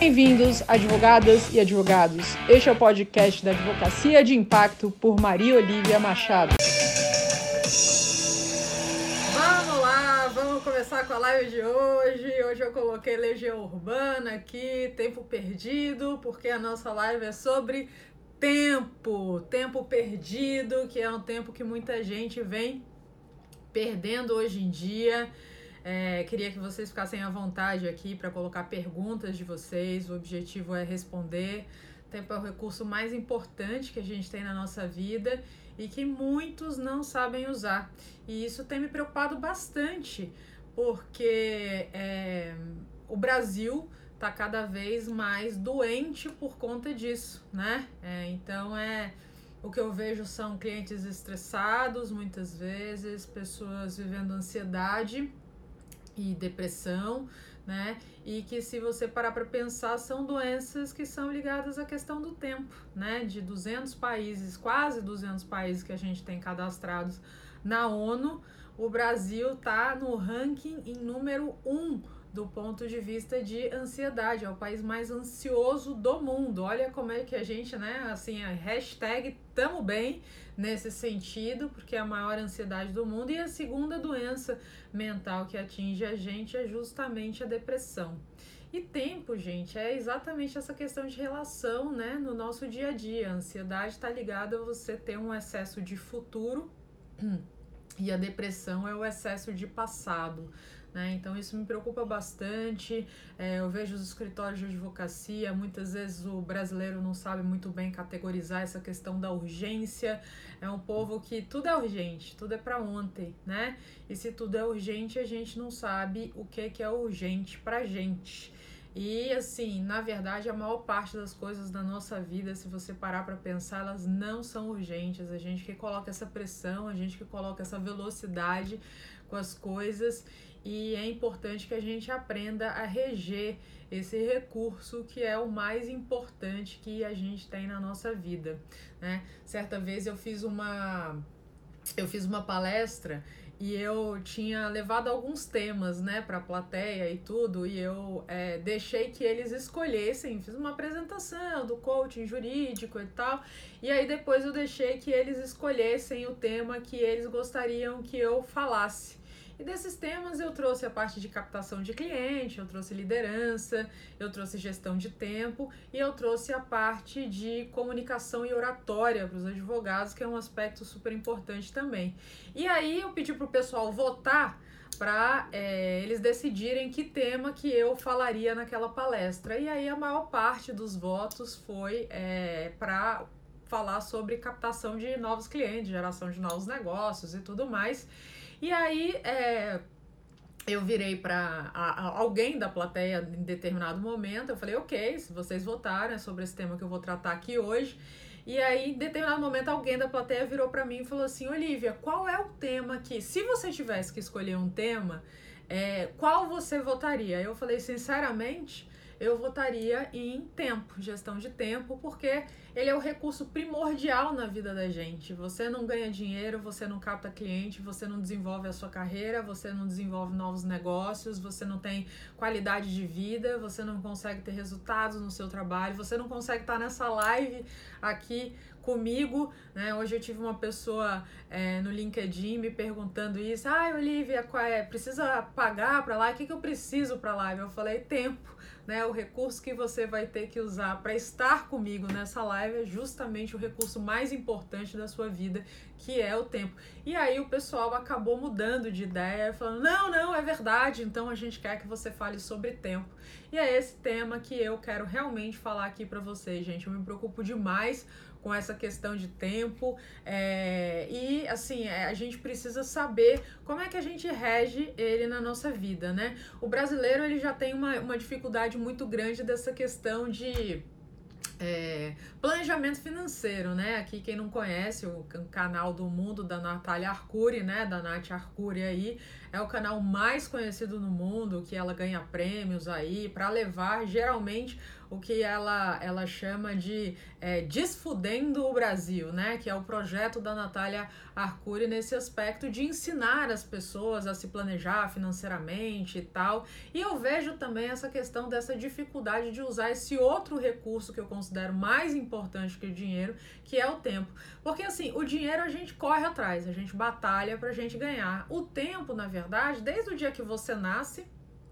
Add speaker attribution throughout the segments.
Speaker 1: Bem-vindos, advogadas e advogados. Este é o podcast da Advocacia de Impacto por Maria Olívia Machado. Vamos lá, vamos começar com a live de hoje. Hoje eu coloquei Legião Urbana aqui, tempo perdido, porque a nossa live é sobre tempo perdido, que é um tempo que muita gente vem perdendo hoje em dia. Queria que vocês ficassem à vontade aqui para colocar perguntas de vocês. O objetivo é responder. O tempo é o recurso mais importante que a gente tem na nossa vida e que muitos não sabem usar. E isso tem me preocupado bastante, porque o Brasil está cada vez mais doente por conta disso, né? Então, o que eu vejo são clientes estressados, muitas vezes, pessoas vivendo ansiedade e depressão, né? E que, se você parar para pensar, são doenças que são ligadas à questão do tempo, né? De 200 países, quase 200 países que a gente tem cadastrados na ONU, o Brasil está no ranking em número 1 do ponto de vista de ansiedade. É o país mais ansioso do mundo. Olha como é que a gente, né, assim, a hashtag tamo bem nesse sentido, porque é a maior ansiedade do mundo. E a segunda doença mental que atinge a gente é justamente a depressão. E tempo, gente, é exatamente essa questão de relação, né, no nosso dia a dia. A ansiedade está ligada a você ter um excesso de futuro e a depressão é o excesso de passado, né? Então isso me preocupa bastante. Eu vejo os escritórios de advocacia, muitas vezes o brasileiro não sabe muito bem categorizar essa questão da urgência. É um povo que tudo é urgente, tudo é para ontem, né? E se tudo é urgente, a gente não sabe o que é urgente pra gente. E assim, na verdade, a maior parte das coisas da nossa vida, se você parar para pensar, elas não são urgentes. A gente que coloca essa pressão, a gente que coloca essa velocidade com as coisas, e é importante que a gente aprenda a reger esse recurso que é o mais importante que a gente tem na nossa vida, né? Certa vez eu fiz uma palestra e eu tinha levado alguns temas, né, para a plateia e tudo, e eu deixei que eles escolhessem, fiz uma apresentação do coaching jurídico e tal, e aí depois eu deixei que eles escolhessem o tema que eles gostariam que eu falasse. E desses temas eu trouxe a parte de captação de cliente, eu trouxe liderança, eu trouxe gestão de tempo e eu trouxe a parte de comunicação e oratória para os advogados, que é um aspecto super importante também. E aí eu pedi para o pessoal votar para eles decidirem que tema que eu falaria naquela palestra. E aí a maior parte dos votos foi para falar sobre captação de novos clientes, geração de novos negócios e tudo mais. E aí eu virei para alguém da plateia em determinado momento, eu falei, ok, se vocês votarem sobre esse tema que eu vou tratar aqui hoje. E aí, em determinado momento, alguém da plateia virou para mim e falou assim, Olívia, qual é o tema que, se você tivesse que escolher um tema, qual você votaria? Eu falei, sinceramente, eu votaria em tempo, gestão de tempo, porque ele é o recurso primordial na vida da gente. Você não ganha dinheiro, você não capta cliente, você não desenvolve a sua carreira, você não desenvolve novos negócios, você não tem qualidade de vida, você não consegue ter resultados no seu trabalho, você não consegue estar nessa live aqui comigo, né? Hoje eu tive uma pessoa no LinkedIn me perguntando isso, Olívia, precisa pagar para lá? O que eu preciso para live? Eu falei, tempo, né? O recurso que você vai ter que usar para estar comigo nessa live é justamente o recurso mais importante da sua vida, que é o tempo. E aí o pessoal acabou mudando de ideia, falando, não, é verdade, então a gente quer que você fale sobre tempo. E é esse tema que eu quero realmente falar aqui para vocês, gente. Eu me preocupo demais com essa questão de tempo, e assim, a gente precisa saber como é que a gente rege ele na nossa vida, né? O brasileiro, ele já tem uma dificuldade muito grande dessa questão de planejamento financeiro, né? Aqui, quem não conhece o canal do Mundo da Natália Arcuri, né? Da Nath Arcuri aí, é o canal mais conhecido no mundo, que ela ganha prêmios aí para levar geralmente o que ela chama de Desfudendo o Brasil, né? Que é o projeto da Natália Arcuri nesse aspecto de ensinar as pessoas a se planejar financeiramente e tal. E eu vejo também essa questão dessa dificuldade de usar esse outro recurso que eu considero mais importante que o dinheiro, que é o tempo. Porque assim, o dinheiro a gente corre atrás, a gente batalha pra gente ganhar. O tempo, na verdade, desde o dia que você nasce,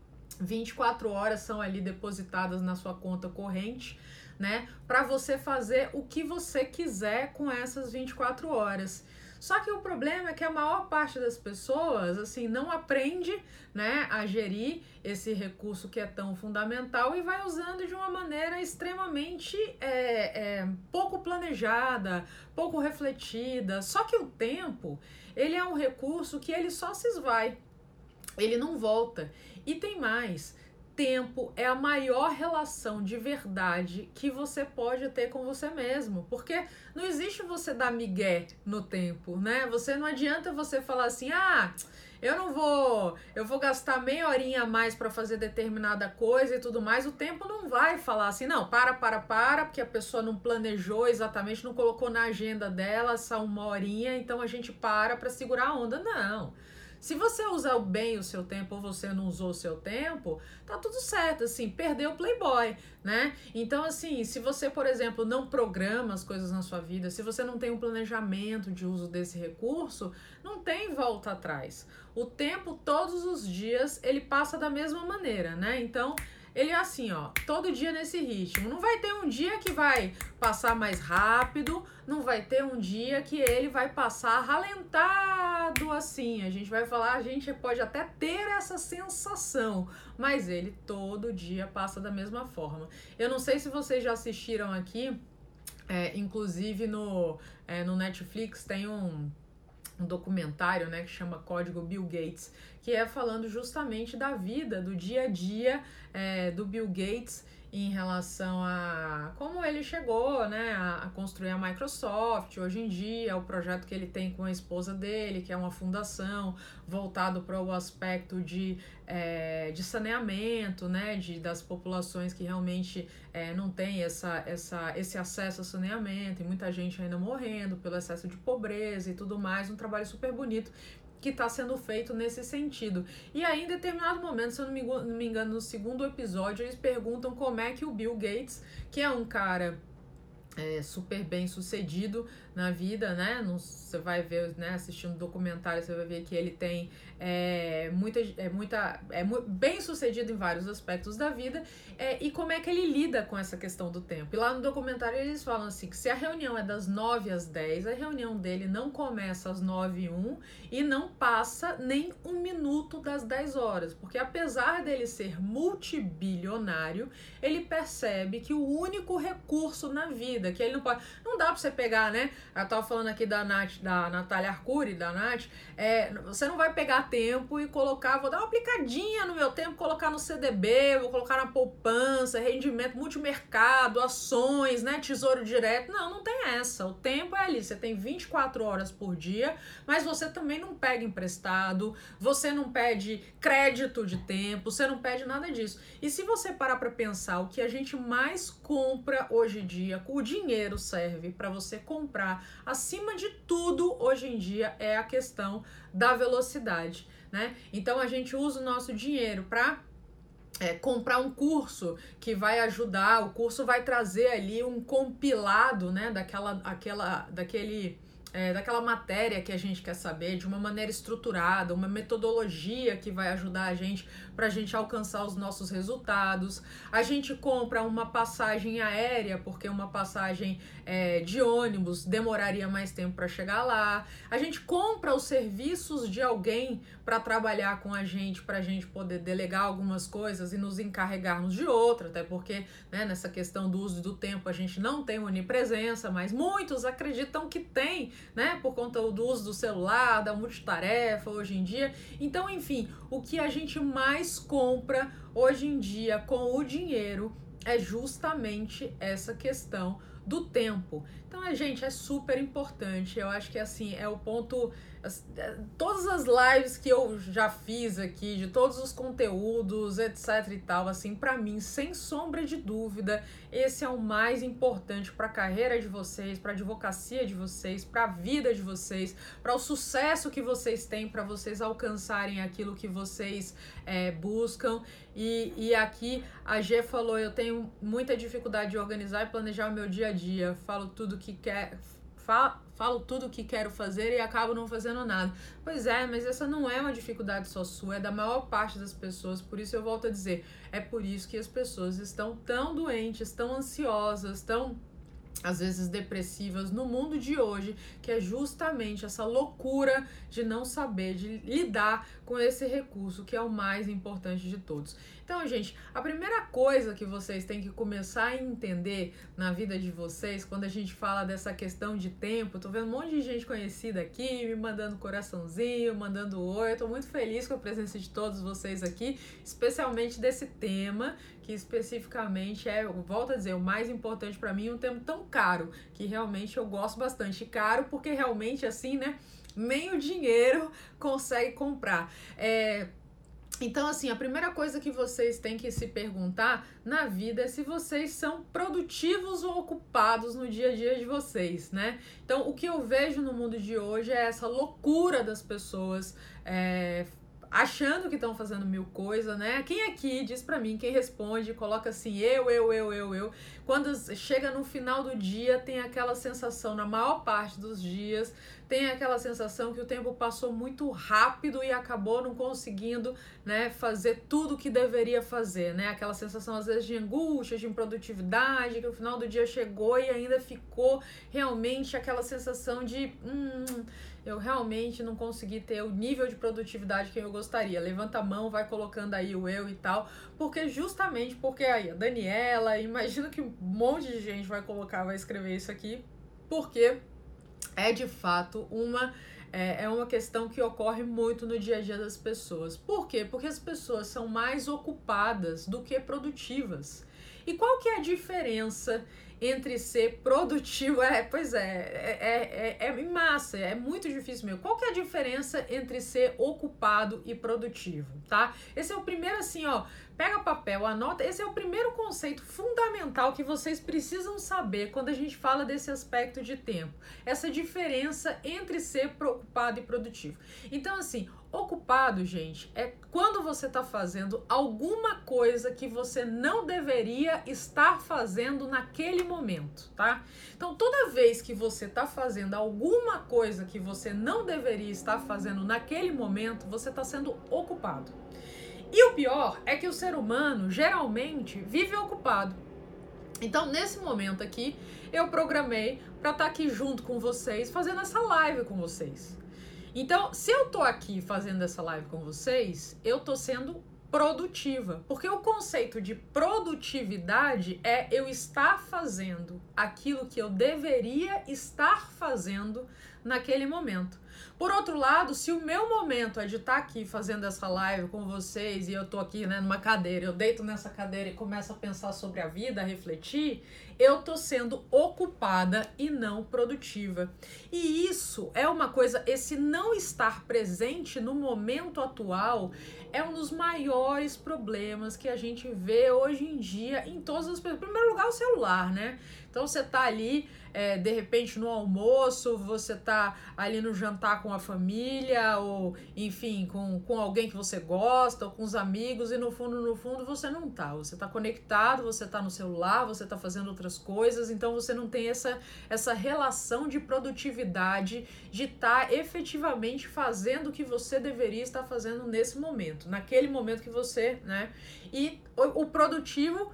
Speaker 1: 24 horas são ali depositadas na sua conta corrente, né? Para você fazer o que você quiser com essas 24 horas. Só que o problema é que a maior parte das pessoas, assim, não aprende, né, a gerir esse recurso que é tão fundamental e vai usando de uma maneira extremamente pouco planejada, pouco refletida. Só que o tempo, ele é um recurso que ele só se esvai, ele não volta. E tem mais. Tempo é a maior relação de verdade que você pode ter com você mesmo, porque não existe você dar migué no tempo, né? Não adianta você falar assim, eu vou gastar meia horinha a mais para fazer determinada coisa e tudo mais. O tempo não vai falar assim, não, para, porque a pessoa não planejou exatamente, não colocou na agenda dela essa uma horinha, então a gente para segurar a onda. Não. Se você usar bem o seu tempo ou você não usou o seu tempo, tá tudo certo, assim, perdeu o Playboy, né? Então, assim, se você, por exemplo, não programa as coisas na sua vida, se você não tem um planejamento de uso desse recurso, não tem volta atrás. O tempo, todos os dias, ele passa da mesma maneira, né? Então, ele é assim, ó, todo dia nesse ritmo. Não vai ter um dia que vai passar mais rápido, não vai ter um dia que ele vai passar ralentado assim. A gente vai falar, a gente pode até ter essa sensação, mas ele todo dia passa da mesma forma. Eu não sei se vocês já assistiram aqui, inclusive no Netflix tem um documentário, né, que chama Código Bill Gates, que é falando justamente da vida, do dia a dia do Bill Gates em relação a como ele chegou, né, a construir a Microsoft hoje em dia, o projeto que ele tem com a esposa dele, que é uma fundação voltado para o aspecto de saneamento, né, das populações que realmente não tem esse acesso a saneamento, e muita gente ainda morrendo pelo excesso de pobreza e tudo mais. Um trabalho super bonito que está sendo feito nesse sentido. E aí, em determinado momento, se eu não me engano, no segundo episódio, eles perguntam como é que o Bill Gates, que é um cara super bem sucedido na vida, né? Você vai ver, né, assistindo o documentário, você vai ver que ele tem bem sucedido em vários aspectos da vida, e como é que ele lida com essa questão do tempo. E lá no documentário eles falam assim, que se a reunião é das 9 às 10, a reunião dele não começa às 9h01 e não passa nem um minuto das 10 horas, porque apesar dele ser multibilionário, ele percebe que o único recurso na vida, que ele não pode, não dá pra você pegar, né? Eu tava falando aqui da Natália Arcuri, da Nath, você não vai pegar tempo e colocar, vou dar uma aplicadinha no meu tempo, colocar no CDB, vou colocar na poupança, rendimento, multimercado, ações, né, tesouro direto. Não tem essa. O tempo é ali, você tem 24 horas por dia, mas você também não pega emprestado, você não pede crédito de tempo, você não pede nada disso. E se você parar pra pensar, o que a gente mais compra hoje em dia, o dinheiro serve para você comprar, acima de tudo, hoje em dia, é a questão da velocidade, né? Então a gente usa o nosso dinheiro para comprar um curso que vai ajudar, o curso vai trazer ali um compilado, né, daquela matéria que a gente quer saber, de uma maneira estruturada, uma metodologia que vai ajudar a gente para a gente alcançar os nossos resultados. A gente compra uma passagem aérea, porque uma passagem de ônibus demoraria mais tempo para chegar lá. A gente compra os serviços de alguém para trabalhar com a gente, para a gente poder delegar algumas coisas e nos encarregarmos de outra, até porque, né, nessa questão do uso do tempo a gente não tem onipresença, mas muitos acreditam que tem, né, por conta do uso do celular, da multitarefa hoje em dia. Então, enfim, o que a gente mais compra hoje em dia com o dinheiro é justamente essa questão do tempo. Então, gente, é super importante. Eu acho que assim, é o ponto. Todas as lives que eu já fiz aqui, de todos os conteúdos, etc e tal, assim, pra mim, sem sombra de dúvida, esse é o mais importante pra carreira de vocês, pra advocacia de vocês, pra vida de vocês, para o sucesso que vocês têm, pra vocês alcançarem aquilo que vocês buscam. E aqui a G falou, eu tenho muita dificuldade de organizar e planejar o meu dia a dia, falo tudo que quero fazer e acabo não fazendo nada. Pois é, mas essa não é uma dificuldade só sua, é da maior parte das pessoas. Por isso eu volto a dizer, é por isso que as pessoas estão tão doentes, tão ansiosas, tão às vezes depressivas no mundo de hoje, que é justamente essa loucura de não saber, de lidar com esse recurso que é o mais importante de todos. Então, gente, a primeira coisa que vocês têm que começar a entender na vida de vocês, quando a gente fala dessa questão de tempo, tô vendo um monte de gente conhecida aqui, me mandando coraçãozinho, mandando oi, eu tô muito feliz com a presença de todos vocês aqui, especialmente desse tema, que especificamente volto a dizer, o mais importante para mim, um tema tão caro, que realmente eu gosto bastante. Caro porque realmente assim, né, nem o dinheiro consegue comprar. Então, assim, a primeira coisa que vocês têm que se perguntar na vida é se vocês são produtivos ou ocupados no dia a dia de vocês, né? Então, o que eu vejo no mundo de hoje é essa loucura das pessoas achando que estão fazendo mil coisas, né? Quem aqui diz pra mim, quem responde, coloca assim, eu. Quando chega no final do dia, tem aquela sensação, na maior parte dos dias, tem aquela sensação que o tempo passou muito rápido e acabou não conseguindo, né, fazer tudo o que deveria fazer, né? Aquela sensação, às vezes, de angústia, de improdutividade, que o final do dia chegou e ainda ficou realmente aquela sensação de eu realmente não consegui ter o nível de produtividade que eu gostaria. Levanta a mão, vai colocando aí o eu e tal, porque aí a Daniela, imagino que um monte de gente vai escrever isso aqui, porque é de fato uma questão que ocorre muito no dia a dia das pessoas. Por quê? Porque as pessoas são mais ocupadas do que produtivas. E qual que é a diferença entre ser produtivo? É massa, é muito difícil mesmo. Qual que é a diferença entre ser ocupado e produtivo, tá? Esse é o primeiro, assim, ó, pega papel, anota, esse é o primeiro conceito fundamental que vocês precisam saber quando a gente fala desse aspecto de tempo. Essa diferença entre ser ocupado e produtivo. Então, assim, ocupado, gente, é quando você está fazendo alguma coisa que você não deveria estar fazendo naquele momento, tá? Então, toda vez que você está fazendo alguma coisa que você não deveria estar fazendo naquele momento, você está sendo ocupado. E o pior é que o ser humano geralmente vive ocupado. Então, nesse momento aqui, eu programei para estar aqui junto com vocês, fazendo essa live com vocês. Então, se eu tô aqui fazendo essa live com vocês, eu tô sendo produtiva, porque o conceito de produtividade é eu estar fazendo aquilo que eu deveria estar fazendo naquele momento. Por outro lado, se o meu momento é de estar aqui fazendo essa live com vocês e eu tô aqui, né, numa cadeira, eu deito nessa cadeira e começo a pensar sobre a vida, a refletir, eu tô sendo ocupada e não produtiva. E isso é uma coisa, esse não estar presente no momento atual é um dos maiores problemas que a gente vê hoje em dia em todas as pessoas. Em primeiro lugar, o celular, né? Então você tá ali, de repente no almoço, você tá ali no jantar com a família, ou enfim, com alguém que você gosta, ou com os amigos, e no fundo você não tá. Você tá conectado, você tá no celular, você tá fazendo outras coisas, então você não tem essa relação de produtividade, de estar efetivamente fazendo o que você deveria estar fazendo nesse momento, naquele momento que você, né? E o produtivo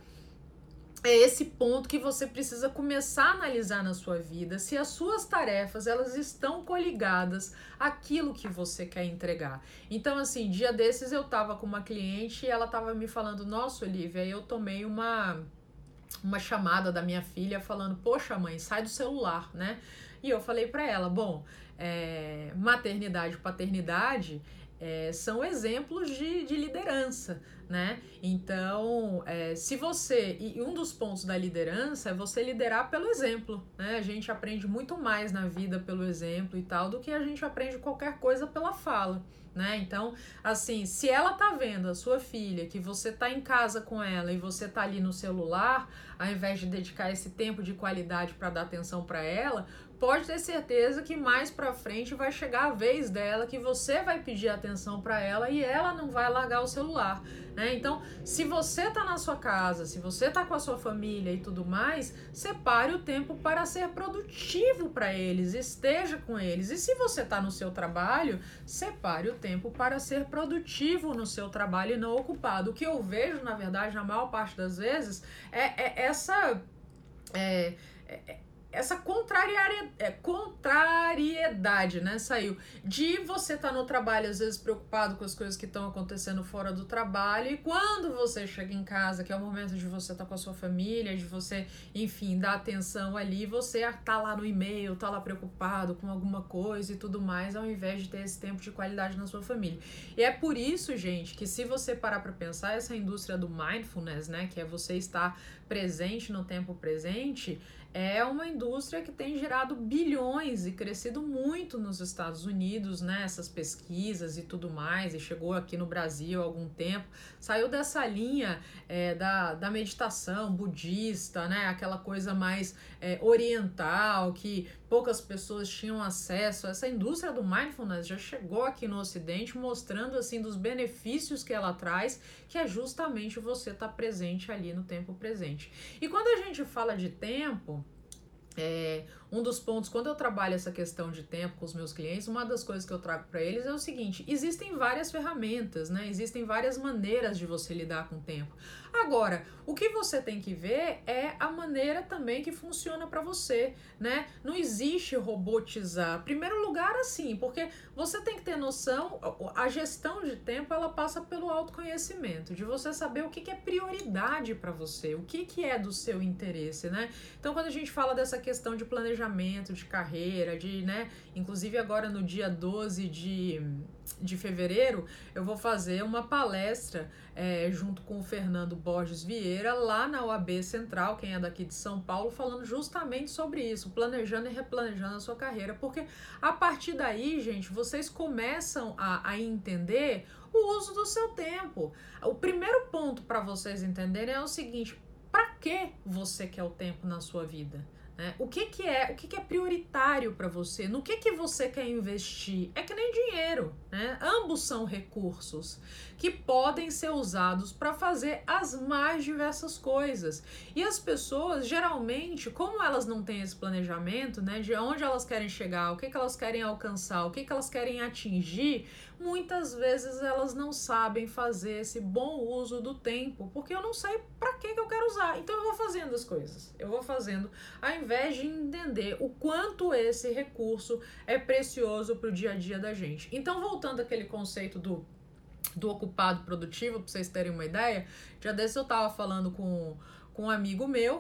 Speaker 1: é esse ponto que você precisa começar a analisar na sua vida, se as suas tarefas, elas estão coligadas àquilo que você quer entregar. Então, assim, dia desses eu tava com uma cliente e ela tava me falando, nossa, Olivia, eu tomei uma chamada da minha filha falando, poxa mãe, sai do celular, né? E eu falei pra ela, bom, maternidade, paternidade são exemplos de liderança, né? Então, se você... E um dos pontos da liderança é você liderar pelo exemplo, né? A gente aprende muito mais na vida pelo exemplo e tal do que a gente aprende qualquer coisa pela fala, né? Então, assim, se ela tá vendo a sua filha, que você tá em casa com ela e você tá ali no celular, ao invés de dedicar esse tempo de qualidade para dar atenção para ela, pode ter certeza que mais pra frente vai chegar a vez dela, que você vai pedir atenção para ela e ela não vai largar o celular, né? Então, se você tá na sua casa, se você tá com a sua família e tudo mais, separe o tempo para ser produtivo para eles, esteja com eles. E se você tá no seu trabalho, separe o tempo para ser produtivo no seu trabalho e não ocupado. O que eu vejo, na verdade, na maior parte das vezes, essa contrariedade, né, saiu, de você estar no trabalho às vezes preocupado com as coisas que estão acontecendo fora do trabalho, e quando você chega em casa, que é o momento de você estar com a sua família, de você, enfim, dar atenção ali, você tá lá no e-mail, tá lá preocupado com alguma coisa e tudo mais, ao invés de ter esse tempo de qualidade na sua família. E é por isso, gente, que se você parar para pensar, essa indústria do mindfulness, né, que é você estar presente no tempo presente, é uma indústria que tem gerado bilhões e crescido muito nos Estados Unidos, né? Essas pesquisas e tudo mais, e chegou aqui no Brasil há algum tempo, saiu dessa linha da meditação budista, né? Aquela coisa mais oriental, que poucas pessoas tinham acesso. Essa indústria do mindfulness já chegou aqui no Ocidente, mostrando assim dos benefícios que ela traz, que é justamente você estar presente ali no tempo presente. E quando a gente fala de tempo, um dos pontos, quando eu trabalho essa questão de tempo com os meus clientes, uma das coisas que eu trago para eles é o seguinte: existem várias ferramentas, né? Existem várias maneiras de você lidar com o tempo. Agora, o que você tem que ver é a maneira também que funciona para você, né? Não existe robotizar. Primeiro lugar, assim, porque você tem que ter noção, a gestão de tempo, ela passa pelo autoconhecimento, de você saber o que é prioridade para você, o que é do seu interesse, né? Então, quando a gente fala dessa questão de planejamento, de carreira, né? Inclusive agora no dia 12 de fevereiro, eu vou fazer uma palestra junto com o Fernando Borges Vieira, lá na OAB Central, quem é daqui de São Paulo, falando justamente sobre isso, planejando e replanejando a sua carreira, porque a partir daí, gente, vocês começam a entender o uso do seu tempo. O primeiro ponto para vocês entenderem é o seguinte: para que você quer o tempo na sua vida? O que é prioritário para você? No que você quer investir? É que nem dinheiro, né? Ambos são recursos que podem ser usados para fazer as mais diversas coisas. E as pessoas, geralmente, como elas não têm esse planejamento, né, de onde elas querem chegar, o que elas querem alcançar, o que elas querem atingir, muitas vezes elas não sabem fazer esse bom uso do tempo, porque eu não sei para que eu quero usar. Então eu vou fazendo as coisas. Eu vou fazendo, ao invés de entender o quanto esse recurso é precioso para o dia a dia da gente. Então, voltando àquele conceito do ocupado produtivo, para vocês terem uma ideia, já desse eu tava falando com um amigo meu,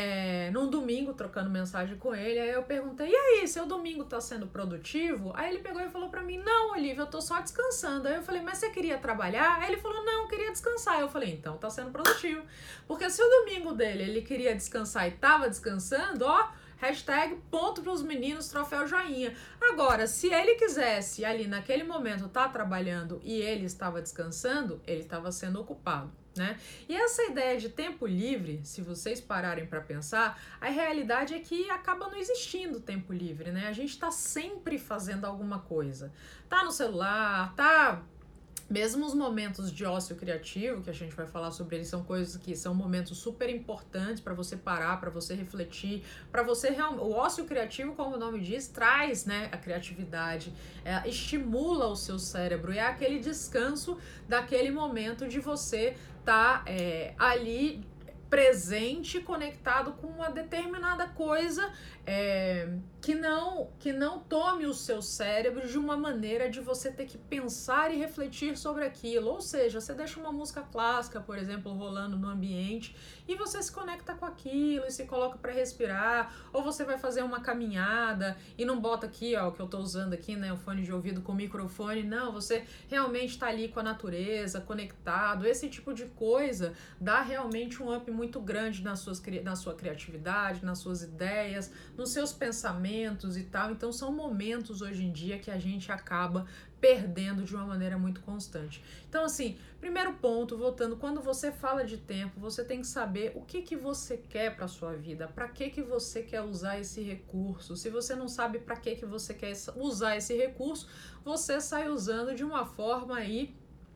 Speaker 1: num domingo, trocando mensagem com ele, aí eu perguntei: e aí, seu domingo tá sendo produtivo? Aí ele pegou e falou pra mim: não, Olivia, eu tô só descansando. Aí eu falei: mas você queria trabalhar? Aí ele falou: não, eu queria descansar. Aí eu falei: então tá sendo produtivo. Porque se o domingo dele, ele queria descansar e tava descansando, ó, hashtag ponto pros meninos, troféu joinha. Agora, se ele quisesse ali naquele momento tá trabalhando e ele estava descansando, ele estava sendo ocupado, né? E essa ideia de tempo livre, se vocês pararem para pensar, a realidade é que acaba não existindo tempo livre, né? A gente tá sempre fazendo alguma coisa. Tá no celular, tá... Mesmo os momentos de ócio criativo, que a gente vai falar sobre eles, são coisas que são momentos super importantes para você parar, para você refletir, para você realmente... O ócio criativo, como o nome diz, traz, né, a criatividade, estimula o seu cérebro, é aquele descanso daquele momento de você tá ali presente, conectado com uma determinada coisa que não tome o seu cérebro de uma maneira de você ter que pensar e refletir sobre aquilo. Ou seja, você deixa uma música clássica, por exemplo, rolando no ambiente e você se conecta com aquilo e se coloca para respirar, ou você vai fazer uma caminhada e não bota aqui, ó, o que eu tô usando aqui, né, o fone de ouvido com microfone, não, você realmente tá ali com a natureza, conectado. Esse tipo de coisa dá realmente um up muito grande na sua criatividade, nas suas ideias, nos seus pensamentos e tal. Então são momentos hoje em dia que a gente acaba perdendo de uma maneira muito constante. Então, assim, primeiro ponto, voltando, quando você fala de tempo, você tem que saber o que você quer para sua vida, para que você quer usar esse recurso. Se você não sabe para que você quer usar esse recurso, você sai usando de uma forma aí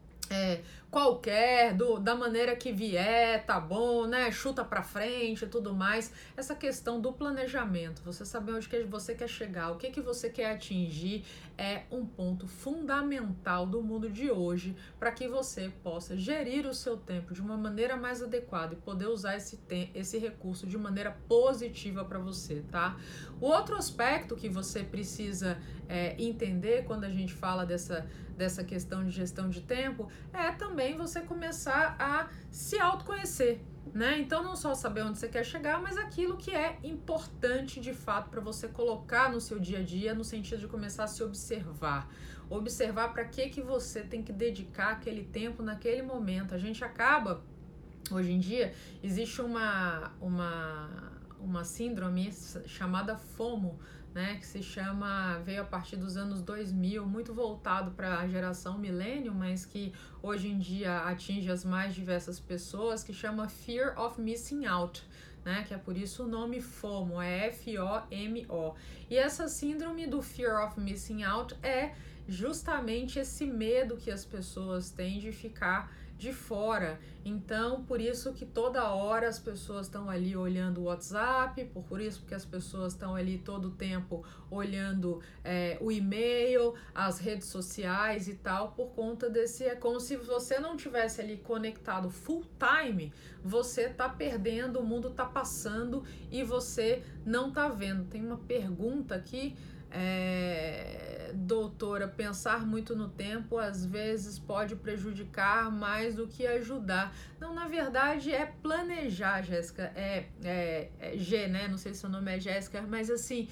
Speaker 1: qualquer, da maneira que vier, tá bom, né? Chuta pra frente e tudo mais. Essa questão do planejamento, você saber onde que você quer chegar, o que você quer atingir, é um ponto fundamental do mundo de hoje para que você possa gerir o seu tempo de uma maneira mais adequada e poder usar esse recurso de maneira positiva para você, tá? O outro aspecto que você precisa entender quando a gente fala dessa questão de gestão de tempo é também você começar a se autoconhecer, né? Então não só saber onde você quer chegar, mas aquilo que é importante de fato para você colocar no seu dia a dia, no sentido de começar a se observar para que você tem que dedicar aquele tempo naquele momento. A gente acaba, hoje em dia, existe uma síndrome chamada FOMO, né, que veio a partir dos anos 2000, muito voltado para a geração millennial, mas que hoje em dia atinge as mais diversas pessoas, que chama Fear of Missing Out, né, que é por isso o nome FOMO, é F-O-M-O. E essa síndrome do Fear of Missing Out é justamente esse medo que as pessoas têm de ficar de fora. Então, por isso que toda hora as pessoas estão ali olhando o WhatsApp, por isso que as pessoas estão ali todo o tempo olhando o e-mail, as redes sociais e tal, por conta desse... É como se você não tivesse ali conectado full time, você tá perdendo, o mundo tá passando e você não tá vendo. Tem uma pergunta aqui, doutora, pensar muito no tempo às vezes pode prejudicar mais do que ajudar. Não, na verdade é planejar, Jéssica, G, né? Não sei se o nome é Jéssica, mas assim,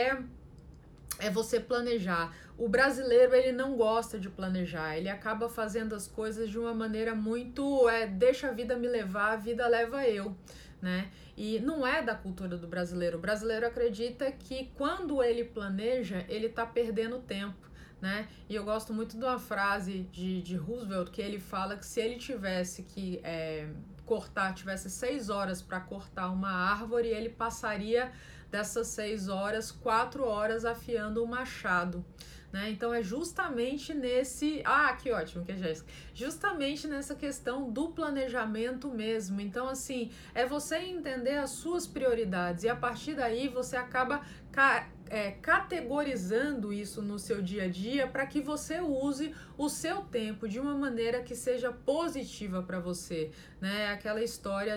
Speaker 1: é você planejar. O brasileiro, ele não gosta de planejar, ele acaba fazendo as coisas de uma maneira muito, deixa a vida me levar, a vida leva eu, né? E não é da cultura do brasileiro. O brasileiro acredita que quando ele planeja, ele tá perdendo tempo, né? E eu gosto muito de uma frase de Roosevelt, que ele fala que se ele tivesse que tivesse 6 horas para cortar uma árvore, ele passaria dessas 6 horas, 4 horas afiando o machado, né? Então é justamente nesse... Ah, que ótimo que é Jéssica. Justamente nessa questão do planejamento mesmo. Então, assim, é você entender as suas prioridades e a partir daí você acaba categorizando isso no seu dia a dia para que você use o seu tempo de uma maneira que seja positiva para você, né? Aquela história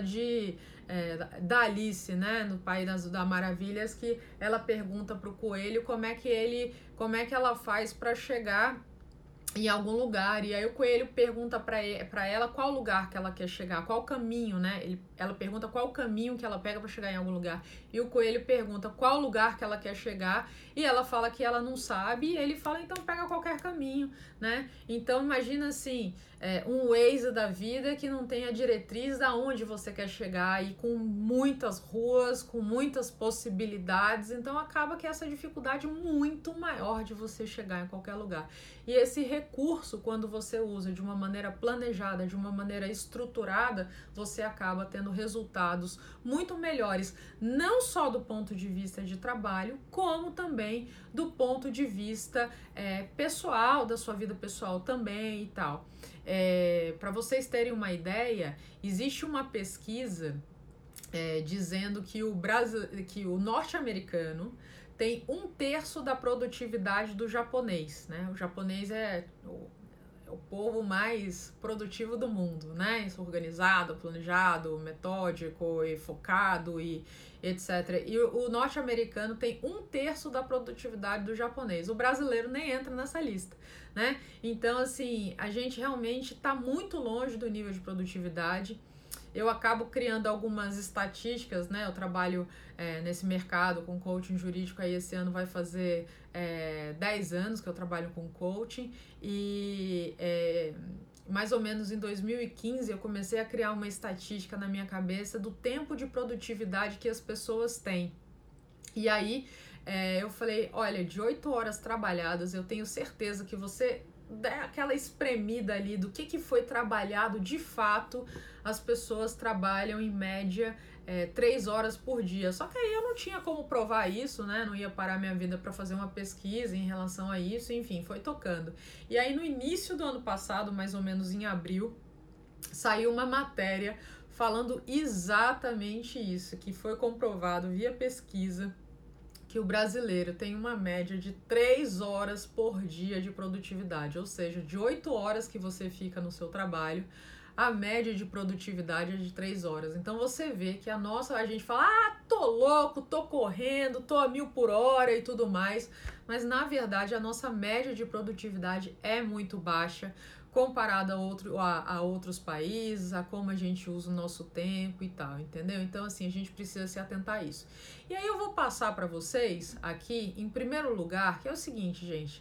Speaker 1: da Alice, né, no País das Maravilhas, que ela pergunta pro coelho como é que ela faz para chegar em algum lugar, e aí o coelho pergunta para ela qual lugar que ela quer chegar, qual caminho, né? Ela pergunta qual caminho que ela pega para chegar em algum lugar, e o coelho pergunta qual lugar que ela quer chegar, e ela fala que ela não sabe, e ele fala, então pega qualquer caminho, né? Então imagina assim, um Waze da vida que não tem a diretriz aonde você quer chegar, e com muitas ruas, com muitas possibilidades, então acaba que essa dificuldade muito maior de você chegar em qualquer lugar. E esse recurso, quando você usa de uma maneira planejada, de uma maneira estruturada, você acaba tendo resultados muito melhores, não só do ponto de vista de trabalho, como também do ponto de vista pessoal, da sua vida pessoal também e tal. Para vocês terem uma ideia, existe uma pesquisa dizendo que o norte-americano tem 1/3 da produtividade do japonês, né? O japonês o povo mais produtivo do mundo, né? Organizado, planejado, metódico e focado e etc. E o norte-americano tem 1/3 da produtividade do japonês. O brasileiro nem entra nessa lista, né? Então, assim, a gente realmente está muito longe do nível de produtividade. Eu acabo criando algumas estatísticas, né? Eu trabalho nesse mercado com coaching jurídico, aí esse ano vai fazer 10 anos que eu trabalho com coaching e mais ou menos em 2015 eu comecei a criar uma estatística na minha cabeça do tempo de produtividade que as pessoas têm. E aí eu falei, olha, de 8 horas trabalhadas, eu tenho certeza que você dá aquela espremida ali do que foi trabalhado de fato. As pessoas trabalham em média 3 horas por dia. Só que aí eu não tinha como provar isso, né? Não ia parar minha vida para fazer uma pesquisa em relação a isso, enfim, foi tocando. E aí no início do ano passado, mais ou menos em abril, saiu uma matéria falando exatamente isso, que foi comprovado via pesquisa que o brasileiro tem uma média de 3 horas por dia de produtividade, ou seja, de 8 horas que você fica no seu trabalho, a média de produtividade é de 3 horas. Então você vê que a gente fala, tô louco, tô correndo, tô a 1000 por hora e tudo mais, mas na verdade a nossa média de produtividade é muito baixa comparado a outros países, a como a gente usa o nosso tempo e tal, entendeu? Então, assim, a gente precisa se atentar a isso. E aí eu vou passar para vocês aqui, em primeiro lugar, que é o seguinte, gente.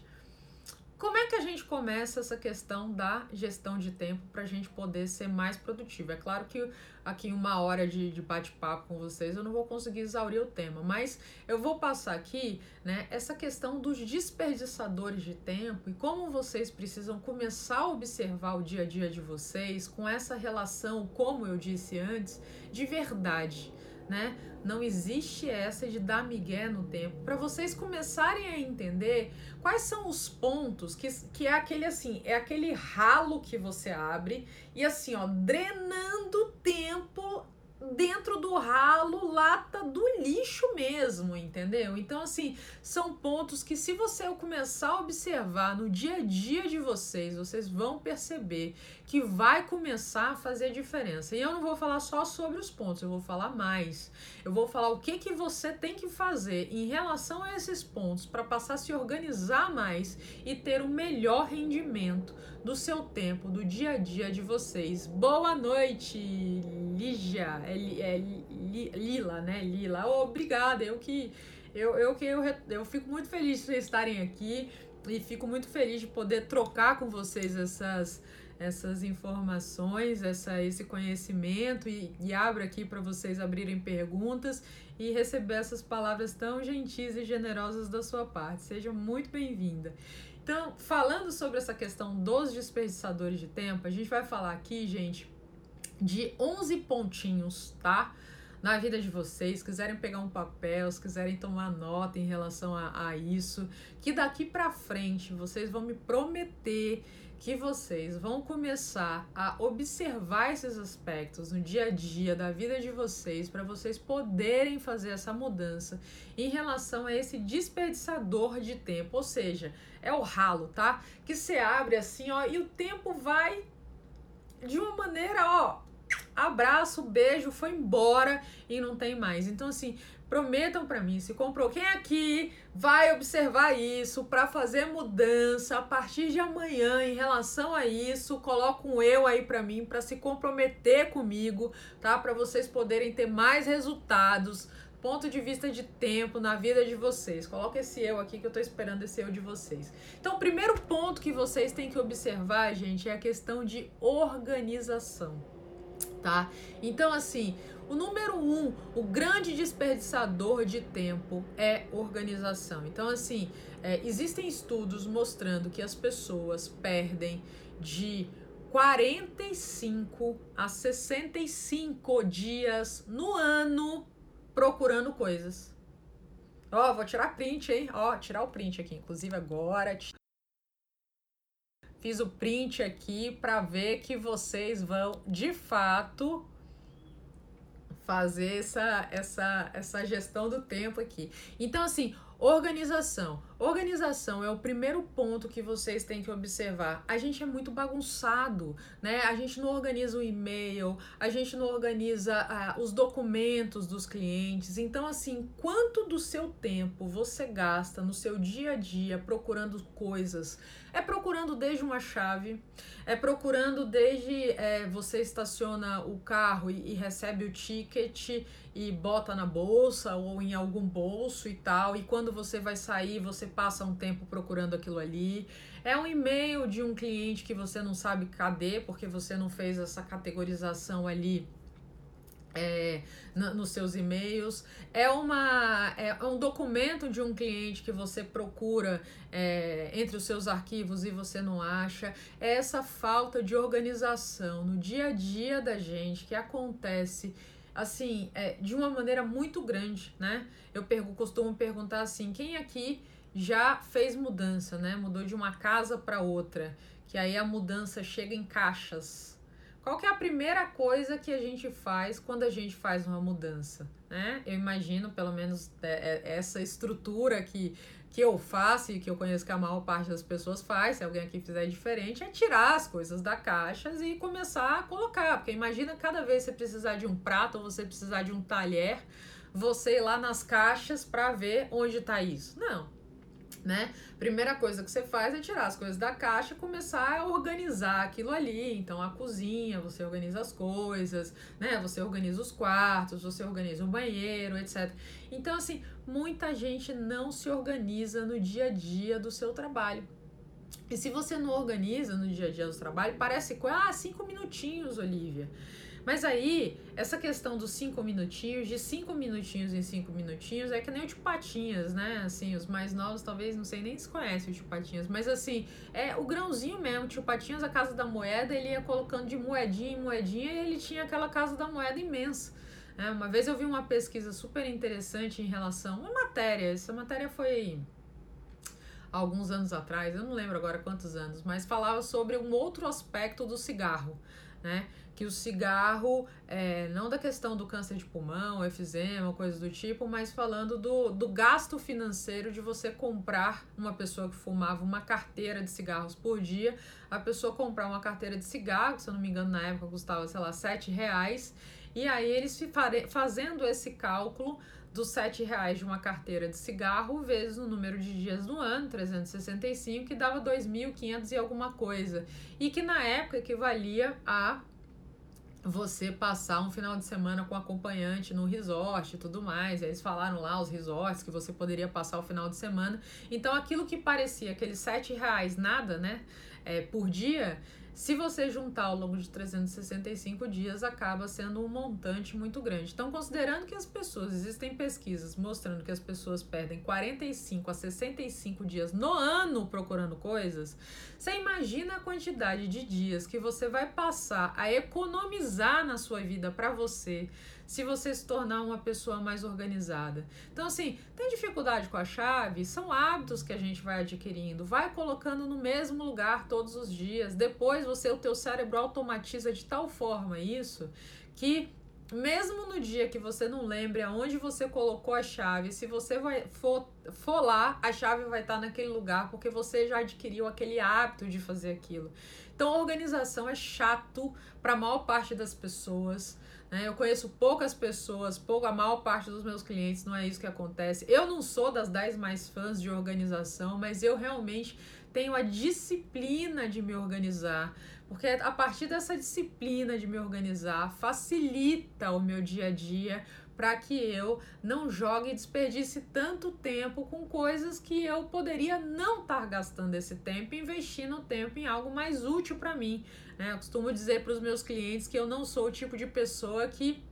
Speaker 1: Como é que a gente começa essa questão da gestão de tempo para a gente poder ser mais produtivo? É claro que aqui em 1 hora de bate-papo com vocês eu não vou conseguir exaurir o tema, mas eu vou passar aqui, né, essa questão dos desperdiçadores de tempo e como vocês precisam começar a observar o dia a dia de vocês com essa relação, como eu disse antes, de verdade, né? Não existe essa de dar migué no tempo, para vocês começarem a entender quais são os pontos que é aquele assim, é aquele ralo que você abre e assim, ó, drenando tempo dentro do ralo, lata do lixo mesmo, entendeu? Então, assim, são pontos que se você começar a observar no dia a dia de vocês, vocês vão perceber que vai começar a fazer diferença. E eu não vou falar só sobre os pontos, eu vou falar mais. Eu vou falar o que você tem que fazer em relação a esses pontos para passar a se organizar mais e ter um melhor rendimento do seu tempo, do dia a dia de vocês. Boa noite, Lígia. Lila, né? Lila. Obrigada. Eu fico muito feliz de vocês estarem aqui e fico muito feliz de poder trocar com vocês essas informações, esse conhecimento e abro aqui para vocês abrirem perguntas e receber essas palavras tão gentis e generosas da sua parte. Seja muito bem-vinda. Então, falando sobre essa questão dos desperdiçadores de tempo, a gente vai falar aqui, gente, de 11 pontinhos, tá? Na vida de vocês, se quiserem pegar um papel, se quiserem tomar nota em relação a isso, que daqui pra frente vocês vão me prometer que vocês vão começar a observar esses aspectos no dia a dia da vida de vocês para vocês poderem fazer essa mudança em relação a esse desperdiçador de tempo, ou seja, é o ralo, tá? Que você abre assim, ó, e o tempo vai de uma maneira, ó, abraço, beijo, foi embora e não tem mais. Então, assim, prometam pra mim, se comprou, quem aqui vai observar isso para fazer mudança a partir de amanhã em relação a isso, coloca um eu aí pra mim, para se comprometer comigo, tá? Para vocês poderem ter mais resultados, ponto de vista de tempo na vida de vocês. Coloca esse eu aqui que eu tô esperando esse eu de vocês. Então, o primeiro ponto que vocês têm que observar, gente, é a questão de organização, tá? Então, assim, o número 1, o grande desperdiçador de tempo é organização. Então, assim, existem estudos mostrando que as pessoas perdem de 45 a 65 dias no ano procurando coisas. Ó, vou tirar print, hein? Ó, tirar o print aqui, inclusive agora. Fiz o print aqui para ver que vocês vão, de fato, fazer essa gestão do tempo aqui. Então, assim, organização. Organização é o primeiro ponto que vocês têm que observar. A gente é muito bagunçado, né? A gente não organiza o e-mail, a gente não organiza os documentos dos clientes. Então, assim, quanto do seu tempo você gasta no seu dia a dia procurando coisas? É procurando desde uma chave, é procurando desde você estaciona o carro e recebe o ticket e bota na bolsa ou em algum bolso e tal, e quando você vai sair, você passa um tempo procurando aquilo ali. É um e-mail de um cliente que você não sabe cadê, porque você não fez essa categorização ali nos seus e-mails. É um documento de um cliente que você procura entre os seus arquivos e você não acha. É essa falta de organização no dia a dia da gente que acontece assim, de uma maneira muito grande, né? Eu costumo perguntar assim, quem aqui já fez mudança, né? Mudou de uma casa para outra, que aí a mudança chega em caixas. Qual que é a primeira coisa que a gente faz quando a gente faz uma mudança, né? Eu imagino, pelo menos, essa estrutura que eu faço e que eu conheço que a maior parte das pessoas faz, se alguém aqui fizer diferente, é tirar as coisas da caixa e começar a colocar. Porque imagina cada vez que você precisar de um prato ou você precisar de um talher, você ir lá nas caixas para ver onde está isso. Não. Né? Primeira coisa que você faz é tirar as coisas da caixa e começar a organizar aquilo ali. Então a cozinha, você organiza as coisas, né? Você organiza os quartos, você organiza o banheiro, etc. Então assim, muita gente não se organiza no dia a dia do seu trabalho. E se você não organiza no dia a dia do trabalho, parece 5 minutinhos, Olivia. Mas aí, essa questão dos 5 minutinhos, de 5 minutinhos em 5 minutinhos, é que nem o Tio Patinhas, né? Assim, os mais novos talvez, não sei nem se conhecem o Tio Patinhas, mas assim, é o grãozinho mesmo. O Tio Patinhas, a Casa da Moeda, ele ia colocando de moedinha em moedinha e ele tinha aquela Casa da Moeda imensa. Uma vez eu vi uma pesquisa super interessante em relação a uma matéria, essa matéria foi alguns anos atrás, eu não lembro agora quantos anos, mas falava sobre um outro aspecto do cigarro, né? Que o cigarro, não da questão do câncer de pulmão, efizema, coisas do tipo, mas falando do gasto financeiro de você comprar, uma pessoa que fumava uma carteira de cigarros por dia, a pessoa comprar uma carteira de cigarro, se eu não me engano na época custava, sei lá, R$7, e aí eles fazendo esse cálculo dos R$7 de uma carteira de cigarro vezes o número de dias do ano, 365, que dava 2.500 e alguma coisa. E que na época equivalia a você passar um final de semana com acompanhante no resort e tudo mais. Eles falaram lá os resorts que você poderia passar o final de semana. Então aquilo que parecia aqueles R$7 nada, né, por dia, se você juntar ao longo de 365 dias, acaba sendo um montante muito grande. Então, considerando que as pessoas, existem pesquisas mostrando que as pessoas perdem 45 a 65 dias no ano procurando coisas, você imagina a quantidade de dias que você vai passar a economizar na sua vida para você, se você se tornar uma pessoa mais organizada. Então, assim, tem dificuldade com a chave? São hábitos que a gente vai adquirindo. Vai colocando no mesmo lugar todos os dias. Depois o teu cérebro automatiza de tal forma isso que mesmo no dia que você não lembre aonde você colocou a chave, se você for lá, a chave vai estar naquele lugar porque você já adquiriu aquele hábito de fazer aquilo. Então, organização é chato para a maior parte das pessoas. Eu conheço poucas pessoas, a maior parte dos meus clientes não é isso que acontece. Eu não sou das 10 mais fãs de organização, mas eu realmente tenho a disciplina de me organizar, porque a partir dessa disciplina de me organizar facilita o meu dia a dia para que eu não jogue e desperdice tanto tempo com coisas que eu poderia não estar gastando esse tempo e investindo tempo em algo mais útil para mim. Eu costumo dizer para os meus clientes que eu não sou o tipo de pessoa que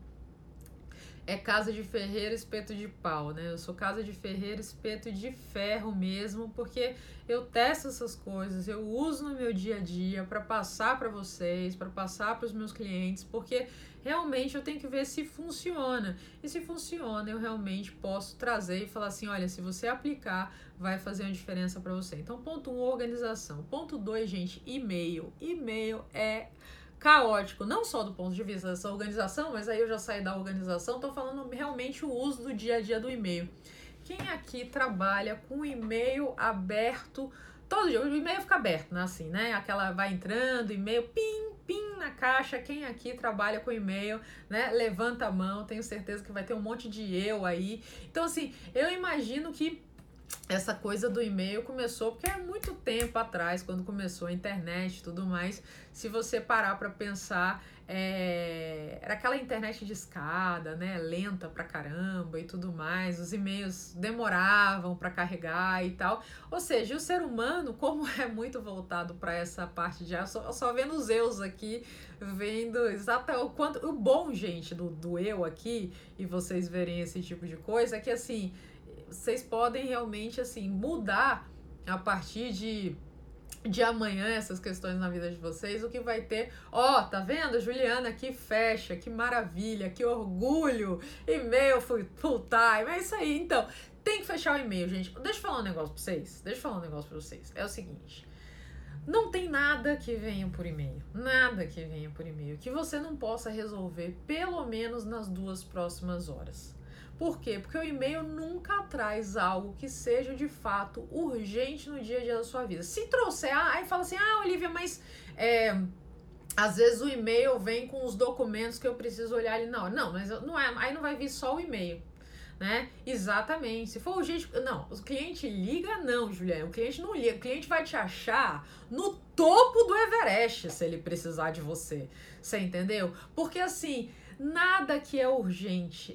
Speaker 1: é casa de ferreiro, espeto de pau, né? Eu sou casa de ferreiro, espeto de ferro mesmo, porque eu testo essas coisas, eu uso no meu dia a dia para passar para vocês, para passar para os meus clientes, porque realmente eu tenho que ver se funciona. E se funciona, eu realmente posso trazer e falar assim, olha, se você aplicar, vai fazer uma diferença para você. Então, ponto 1, organização. Ponto 2, gente, e-mail. E-mail é caótico, não só do ponto de vista dessa organização, mas aí eu já saí da organização, tô falando realmente o uso do dia a dia do e-mail. quem aqui trabalha com e-mail aberto todo dia? O e-mail fica aberto, né? Assim, né? Aquela vai entrando, e-mail, pim, pim na caixa. Quem aqui trabalha com e-mail, né? Levanta a mão, tenho certeza que vai ter um monte de eu aí. Então, assim, eu imagino que essa coisa do e-mail começou porque é muito tempo atrás, quando começou a internet e tudo mais. Se você parar para pensar, era aquela internet de escada, né, lenta pra caramba e tudo mais, os e-mails demoravam para carregar e tal. Ou seja, o ser humano, como é muito voltado para essa parte de só vendo os eus aqui, vendo exatamente o quanto o bom, gente, do eu aqui, e vocês verem esse tipo de coisa, é que assim, vocês podem realmente assim mudar a partir de amanhã essas questões na vida de vocês, o que vai ter, tá vendo, Juliana, que fecha, que maravilha, que orgulho, e-mail full time, é isso aí. Então, tem que fechar o e-mail, gente. Deixa eu falar um negócio pra vocês, é o seguinte, não tem nada que venha por e-mail, que você não possa resolver pelo menos nas 2 próximas horas. Por quê? Porque o e-mail nunca traz algo que seja de fato urgente no dia a dia da sua vida. Se trouxer, aí fala assim, Olivia, mas às vezes o e-mail vem com os documentos que eu preciso olhar ali na hora. Não, mas não é, aí não vai vir só o e-mail, né? Exatamente. Se for urgente, não, o cliente liga, não, Juliana, o cliente não liga, o cliente vai te achar no topo do Everest se ele precisar de você. Você entendeu? Porque assim, nada que é urgente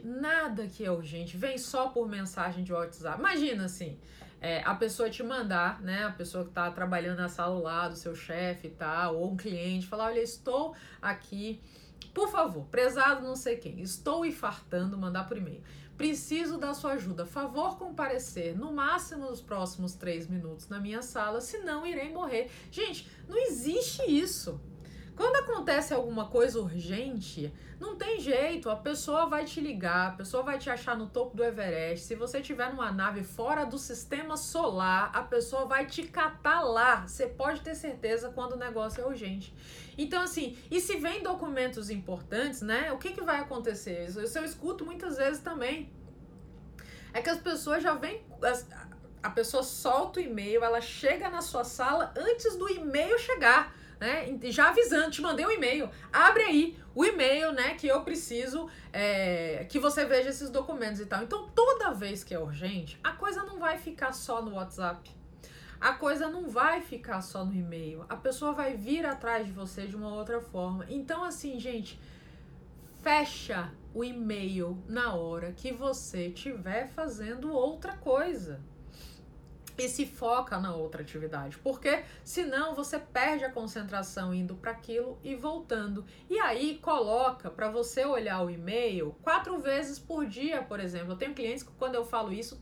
Speaker 1: vem só por mensagem de WhatsApp. Imagina assim, a pessoa te mandar, né, a pessoa que tá trabalhando na sala ao lado, seu chefe e tal, ou um cliente, falar, olha, estou aqui, por favor, prezado não sei quem, estou infartando, mandar por e-mail. Preciso da sua ajuda, favor comparecer no máximo nos próximos 3 minutos na minha sala, senão irei morrer. Gente, não existe isso. Quando acontece alguma coisa urgente, não tem jeito, a pessoa vai te ligar, a pessoa vai te achar no topo do Everest. Se você estiver numa nave fora do sistema solar, a pessoa vai te catar lá. Você pode ter certeza quando o negócio é urgente. Então, assim, e se vem documentos importantes, né? O que vai acontecer? Isso eu escuto muitas vezes também. É que as pessoas já vêm... A pessoa solta o e-mail, ela chega na sua sala antes do e-mail chegar, né? Já avisando, te mandei um e-mail, abre aí o e-mail, né, que eu preciso que você veja esses documentos e tal. Então, toda vez que é urgente, a coisa não vai ficar só no WhatsApp, a coisa não vai ficar só no e-mail, a pessoa vai vir atrás de você de uma outra forma. Então, assim, gente, fecha o e-mail na hora que você estiver fazendo outra coisa. E se foca na outra atividade, porque senão você perde a concentração indo para aquilo e voltando. E aí coloca para você olhar o e-mail 4 vezes por dia, por exemplo. Eu tenho clientes que quando eu falo isso,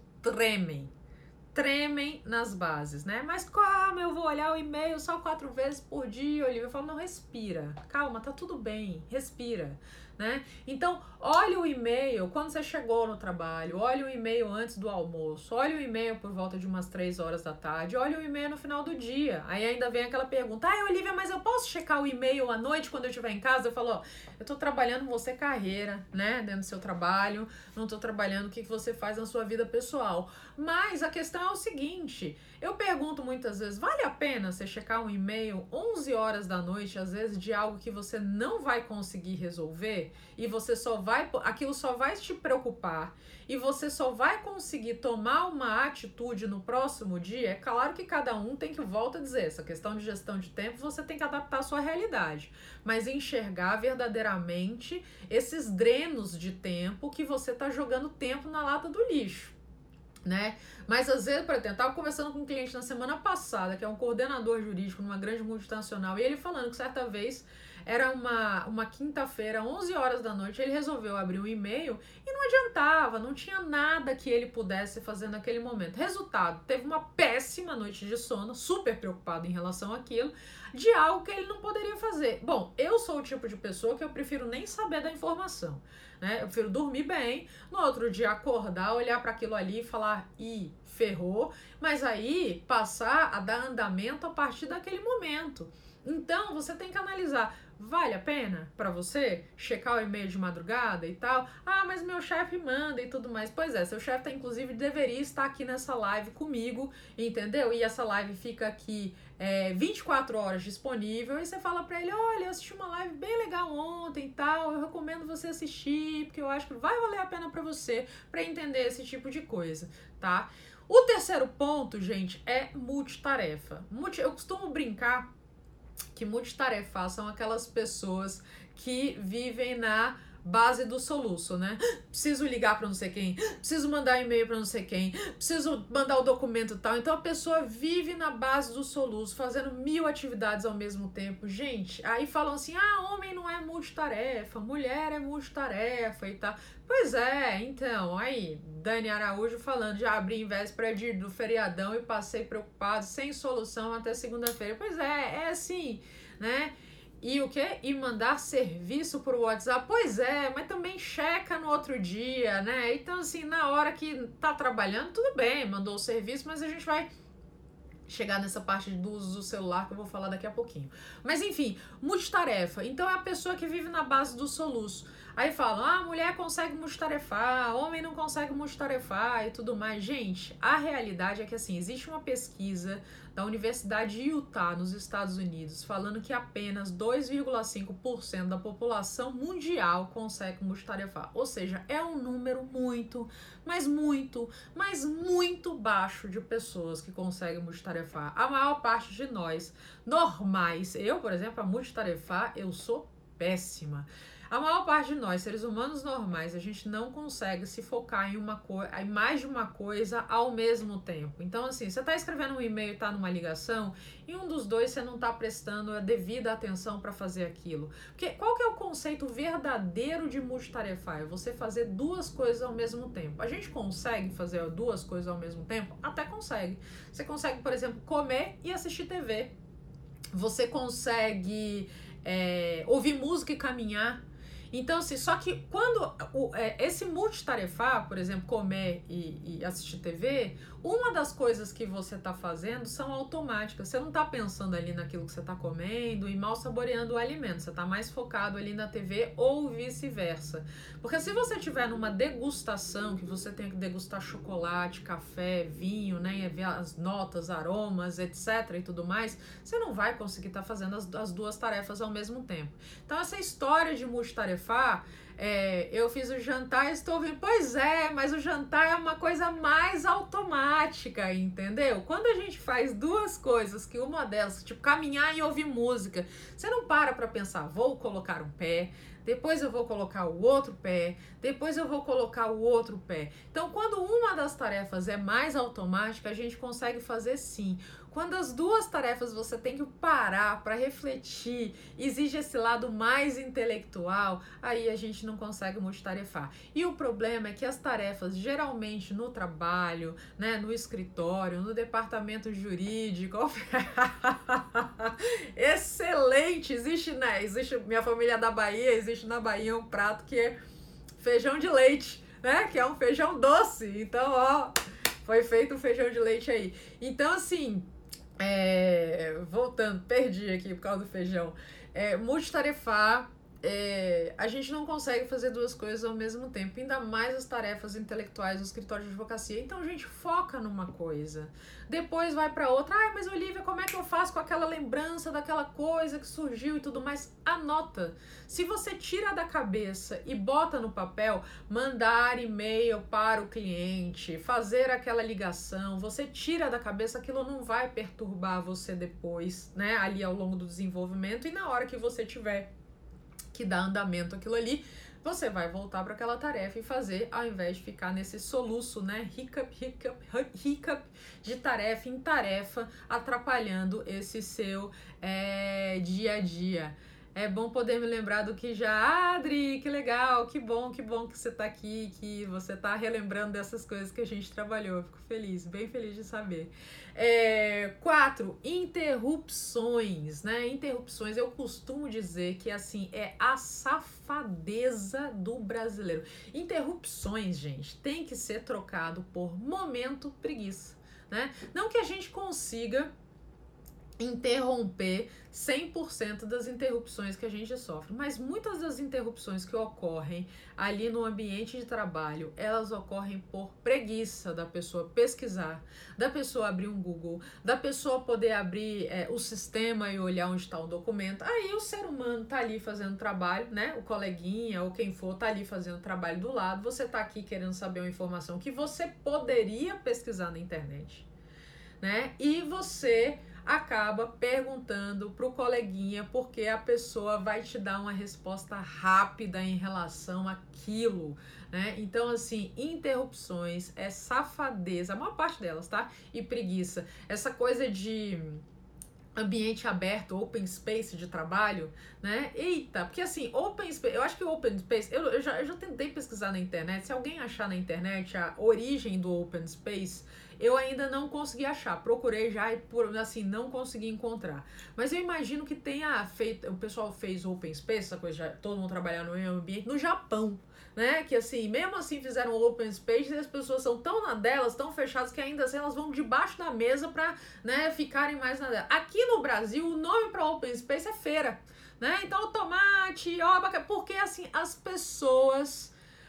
Speaker 1: tremem nas bases, né? Mas como eu vou olhar o e-mail só 4 vezes por dia, Olivia? Eu falo, não, respira, calma, tá tudo bem, respira, né? Então, olha o e-mail quando você chegou no trabalho, olha o e-mail antes do almoço, olha o e-mail por volta de umas 3 horas da tarde, olha o e-mail no final do dia. Aí ainda vem aquela pergunta, Olivia, mas eu posso checar o e-mail à noite quando eu estiver em casa? Eu falo, eu tô trabalhando você carreira, né, dentro do seu trabalho, não tô trabalhando o que você faz na sua vida pessoal. Mas a questão é o seguinte, eu pergunto muitas vezes, vale a pena você checar um e-mail 11 horas da noite, às vezes, de algo que você não vai conseguir resolver? E você aquilo só vai te preocupar e você só vai conseguir tomar uma atitude no próximo dia. É claro que cada um tem que, volta a dizer, essa questão de gestão de tempo, você tem que adaptar a sua realidade, mas enxergar verdadeiramente esses drenos de tempo que você está jogando tempo na lata do lixo, né? Mas às vezes, por exemplo, eu estava conversando com um cliente na semana passada, que é um coordenador jurídico numa grande multinacional, e ele falando que certa vez era uma quinta-feira, 11 horas da noite, ele resolveu abrir um e-mail e não adiantava, não tinha nada que ele pudesse fazer naquele momento. Resultado, teve uma péssima noite de sono, super preocupado em relação àquilo, de algo que ele não poderia fazer. Bom, eu sou o tipo de pessoa que eu prefiro nem saber da informação, né? Eu prefiro dormir bem, no outro dia acordar, olhar para aquilo ali e falar, ferrou, mas aí passar a dar andamento a partir daquele momento. Então, você tem que analisar, vale a pena para você checar o e-mail de madrugada e tal? Ah, mas meu chefe manda e tudo mais. Pois é, seu chefe, inclusive, deveria estar aqui nessa live comigo, entendeu? E essa live fica aqui 24 horas disponível e você fala para ele, olha, eu assisti uma live bem legal ontem e tal, eu recomendo você assistir, porque eu acho que vai valer a pena para você, para entender esse tipo de coisa, tá? O terceiro ponto, gente, é multitarefa. Eu costumo brincar que multitarefar são aquelas pessoas que vivem na base do soluço, né? Preciso ligar para não sei quem, preciso mandar e-mail para não sei quem, preciso mandar o documento e tal. Então a pessoa vive na base do soluço, fazendo 1000 atividades ao mesmo tempo. Gente, aí falam assim, homem não é multitarefa, mulher é multitarefa e tal. Pois é, então, aí, Dani Araújo falando, já abri em véspera do feriadão e passei preocupado, sem solução até segunda-feira. Pois é assim, né? E o quê? E mandar serviço por WhatsApp? Pois é, mas também checa no outro dia, né? Então, assim, na hora que tá trabalhando, tudo bem, mandou o serviço, mas a gente vai chegar nessa parte do uso do celular que eu vou falar daqui a pouquinho. Mas enfim, multitarefa. Então é a pessoa que vive na base do soluço. Aí falam, mulher consegue multitarefar, homem não consegue multitarefar e tudo mais. Gente, a realidade é que assim, existe uma pesquisa da Universidade de Utah, nos Estados Unidos, falando que apenas 2,5% da população mundial consegue multitarefar. Ou seja, é um número muito, mas muito baixo de pessoas que conseguem multitarefar. A maior parte de nós, normais, eu, por exemplo, a multitarefar, eu sou péssima. A maior parte de nós, seres humanos normais, a gente não consegue se focar em mais de uma coisa ao mesmo tempo. Então, assim, você está escrevendo um e-mail e está numa ligação, e um dos dois você não está prestando a devida atenção para fazer aquilo. Porque qual que é o conceito verdadeiro de multitarefar? É você fazer duas coisas ao mesmo tempo. A gente consegue fazer duas coisas ao mesmo tempo? Até consegue. Você consegue, por exemplo, comer e assistir TV. Você consegue ouvir música e caminhar. Então, assim, só que quando esse multitarefar, por exemplo, comer e assistir TV, uma das coisas que você está fazendo são automáticas. Você não está pensando ali naquilo que você está comendo e mal saboreando o alimento. Você está mais focado ali na TV ou vice-versa. Porque se você estiver numa degustação, que você tem que degustar chocolate, café, vinho, né, e ver as notas, aromas, etc. e tudo mais, você não vai conseguir estar fazendo as duas tarefas ao mesmo tempo. Então, essa história de multitarefar, eu fiz o jantar e estou ouvindo, pois é, mas o jantar é uma coisa mais automática, entendeu? Quando a gente faz duas coisas, que uma delas, tipo caminhar e ouvir música, você não para pensar, vou colocar um pé, depois eu vou colocar o outro pé, depois eu vou colocar o outro pé. Então, quando uma das tarefas é mais automática, a gente consegue fazer sim. Quando as duas tarefas você tem que parar para refletir, exige esse lado mais intelectual, aí a gente não consegue multitarefar. E o problema é que as tarefas, geralmente no trabalho, né, no escritório, no departamento jurídico, excelente, existe, minha família é da Bahia, existe na Bahia um prato que é feijão de leite, né, que é um feijão doce. Então, foi feito um feijão de leite aí. Então, assim, voltando, perdi aqui por causa do feijão. Multitarefar, a gente não consegue fazer duas coisas ao mesmo tempo, ainda mais as tarefas intelectuais do escritório de advocacia. Então a gente foca numa coisa, depois vai para outra. Mas Olivia, como é que eu faço com aquela lembrança daquela coisa que surgiu e tudo mais? Anota. Se você tira da cabeça e bota no papel, mandar e-mail para o cliente, fazer aquela ligação, você tira da cabeça, aquilo não vai perturbar você depois, né, ali ao longo do desenvolvimento, e na hora que você tiver que dar andamento àquilo ali, você vai voltar para aquela tarefa e fazer, ao invés de ficar nesse soluço, né, hiccup de tarefa em tarefa, atrapalhando esse seu dia a dia. É bom poder me lembrar do que já... Adri, que legal, que bom que você tá aqui, que você tá relembrando dessas coisas que a gente trabalhou. Eu fico feliz, bem feliz de saber. 4, interrupções, né? Interrupções, eu costumo dizer que, assim, é a safadeza do brasileiro. Interrupções, gente, tem que ser trocado por momento preguiça, né? Não que a gente consiga interromper 100% das interrupções que a gente sofre, mas muitas das interrupções que ocorrem ali no ambiente de trabalho, elas ocorrem por preguiça da pessoa pesquisar, da pessoa abrir um Google, da pessoa poder abrir o sistema e olhar onde está o documento. Aí o ser humano tá ali fazendo trabalho, né? O coleguinha ou quem for tá ali fazendo trabalho do lado, você tá aqui querendo saber uma informação que você poderia pesquisar na internet, né? E você acaba perguntando pro coleguinha porque a pessoa vai te dar uma resposta rápida em relação àquilo, né? Então, assim, interrupções é safadeza, a maior parte delas, tá? E preguiça. Essa coisa de ambiente aberto, open space de trabalho, né? Eita, porque assim, open space, eu acho que open space, eu já tentei pesquisar na internet, se alguém achar na internet a origem do open space, eu ainda não consegui achar, procurei já e assim, não consegui encontrar. Mas eu imagino que tenha feito, o pessoal fez open space, essa coisa, todo mundo trabalhando no mesmo ambiente, no Japão, né? Que assim, mesmo assim fizeram open space e as pessoas são tão na delas, tão fechadas, que ainda assim elas vão debaixo da mesa pra, né, ficarem mais na delas. Aqui no Brasil, o nome pra open space é feira, né? Então, tomate, ó, porque assim, as pessoas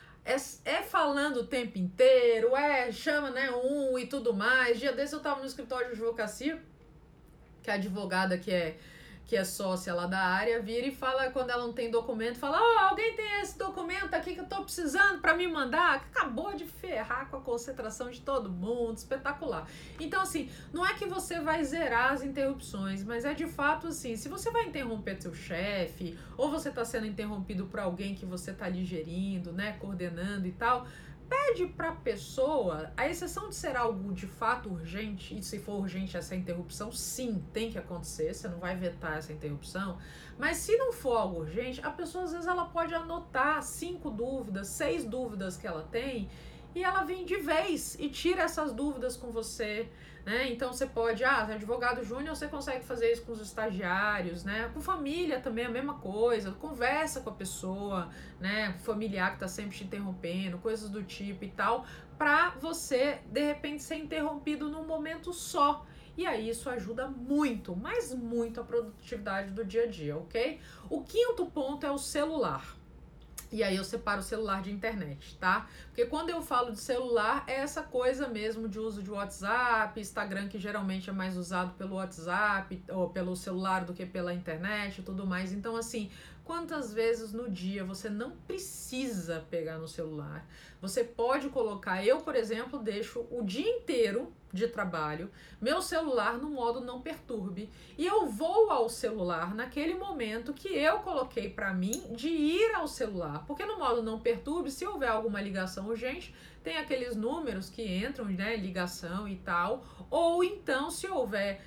Speaker 1: falando o tempo inteiro, chama, né, e tudo mais. Dia desse eu tava no escritório de advocacia, que a advogada que é sócia lá da área, vira e fala, quando ela não tem documento, fala, alguém tem esse documento aqui que eu tô precisando pra me mandar? Acabou de ferrar com a concentração de todo mundo, espetacular. Então, assim, não é que você vai zerar as interrupções, mas é de fato assim, se você vai interromper seu chefe, ou você tá sendo interrompido por alguém que você tá ali gerindo, né, coordenando e tal, pede para a pessoa, a exceção de ser algo de fato urgente, e se for urgente essa interrupção, sim, tem que acontecer, você não vai vetar essa interrupção, mas se não for algo urgente, a pessoa às vezes ela pode anotar 5 dúvidas, 6 dúvidas que ela tem, e ela vem de vez e tira essas dúvidas com você, né? Então você pode, advogado júnior, você consegue fazer isso com os estagiários, né? Com família também a mesma coisa, conversa com a pessoa, né? Familiar que tá sempre te interrompendo, coisas do tipo e tal, pra você, de repente, ser interrompido num momento só. E aí isso ajuda muito, mas muito a produtividade do dia a dia, ok? O quinto ponto é o celular. E aí eu separo o celular de internet, tá? Porque quando eu falo de celular, é essa coisa mesmo de uso de WhatsApp, Instagram, que geralmente é mais usado pelo WhatsApp ou pelo celular do que pela internet e tudo mais. Então, assim, quantas vezes no dia você não precisa pegar no celular? Você pode colocar, eu, por exemplo, deixo o dia inteiro de trabalho, meu celular no modo não perturbe, e eu vou ao celular naquele momento que eu coloquei para mim de ir ao celular, porque no modo não perturbe, se houver alguma ligação urgente, tem aqueles números que entram, né, ligação e tal, ou então se houver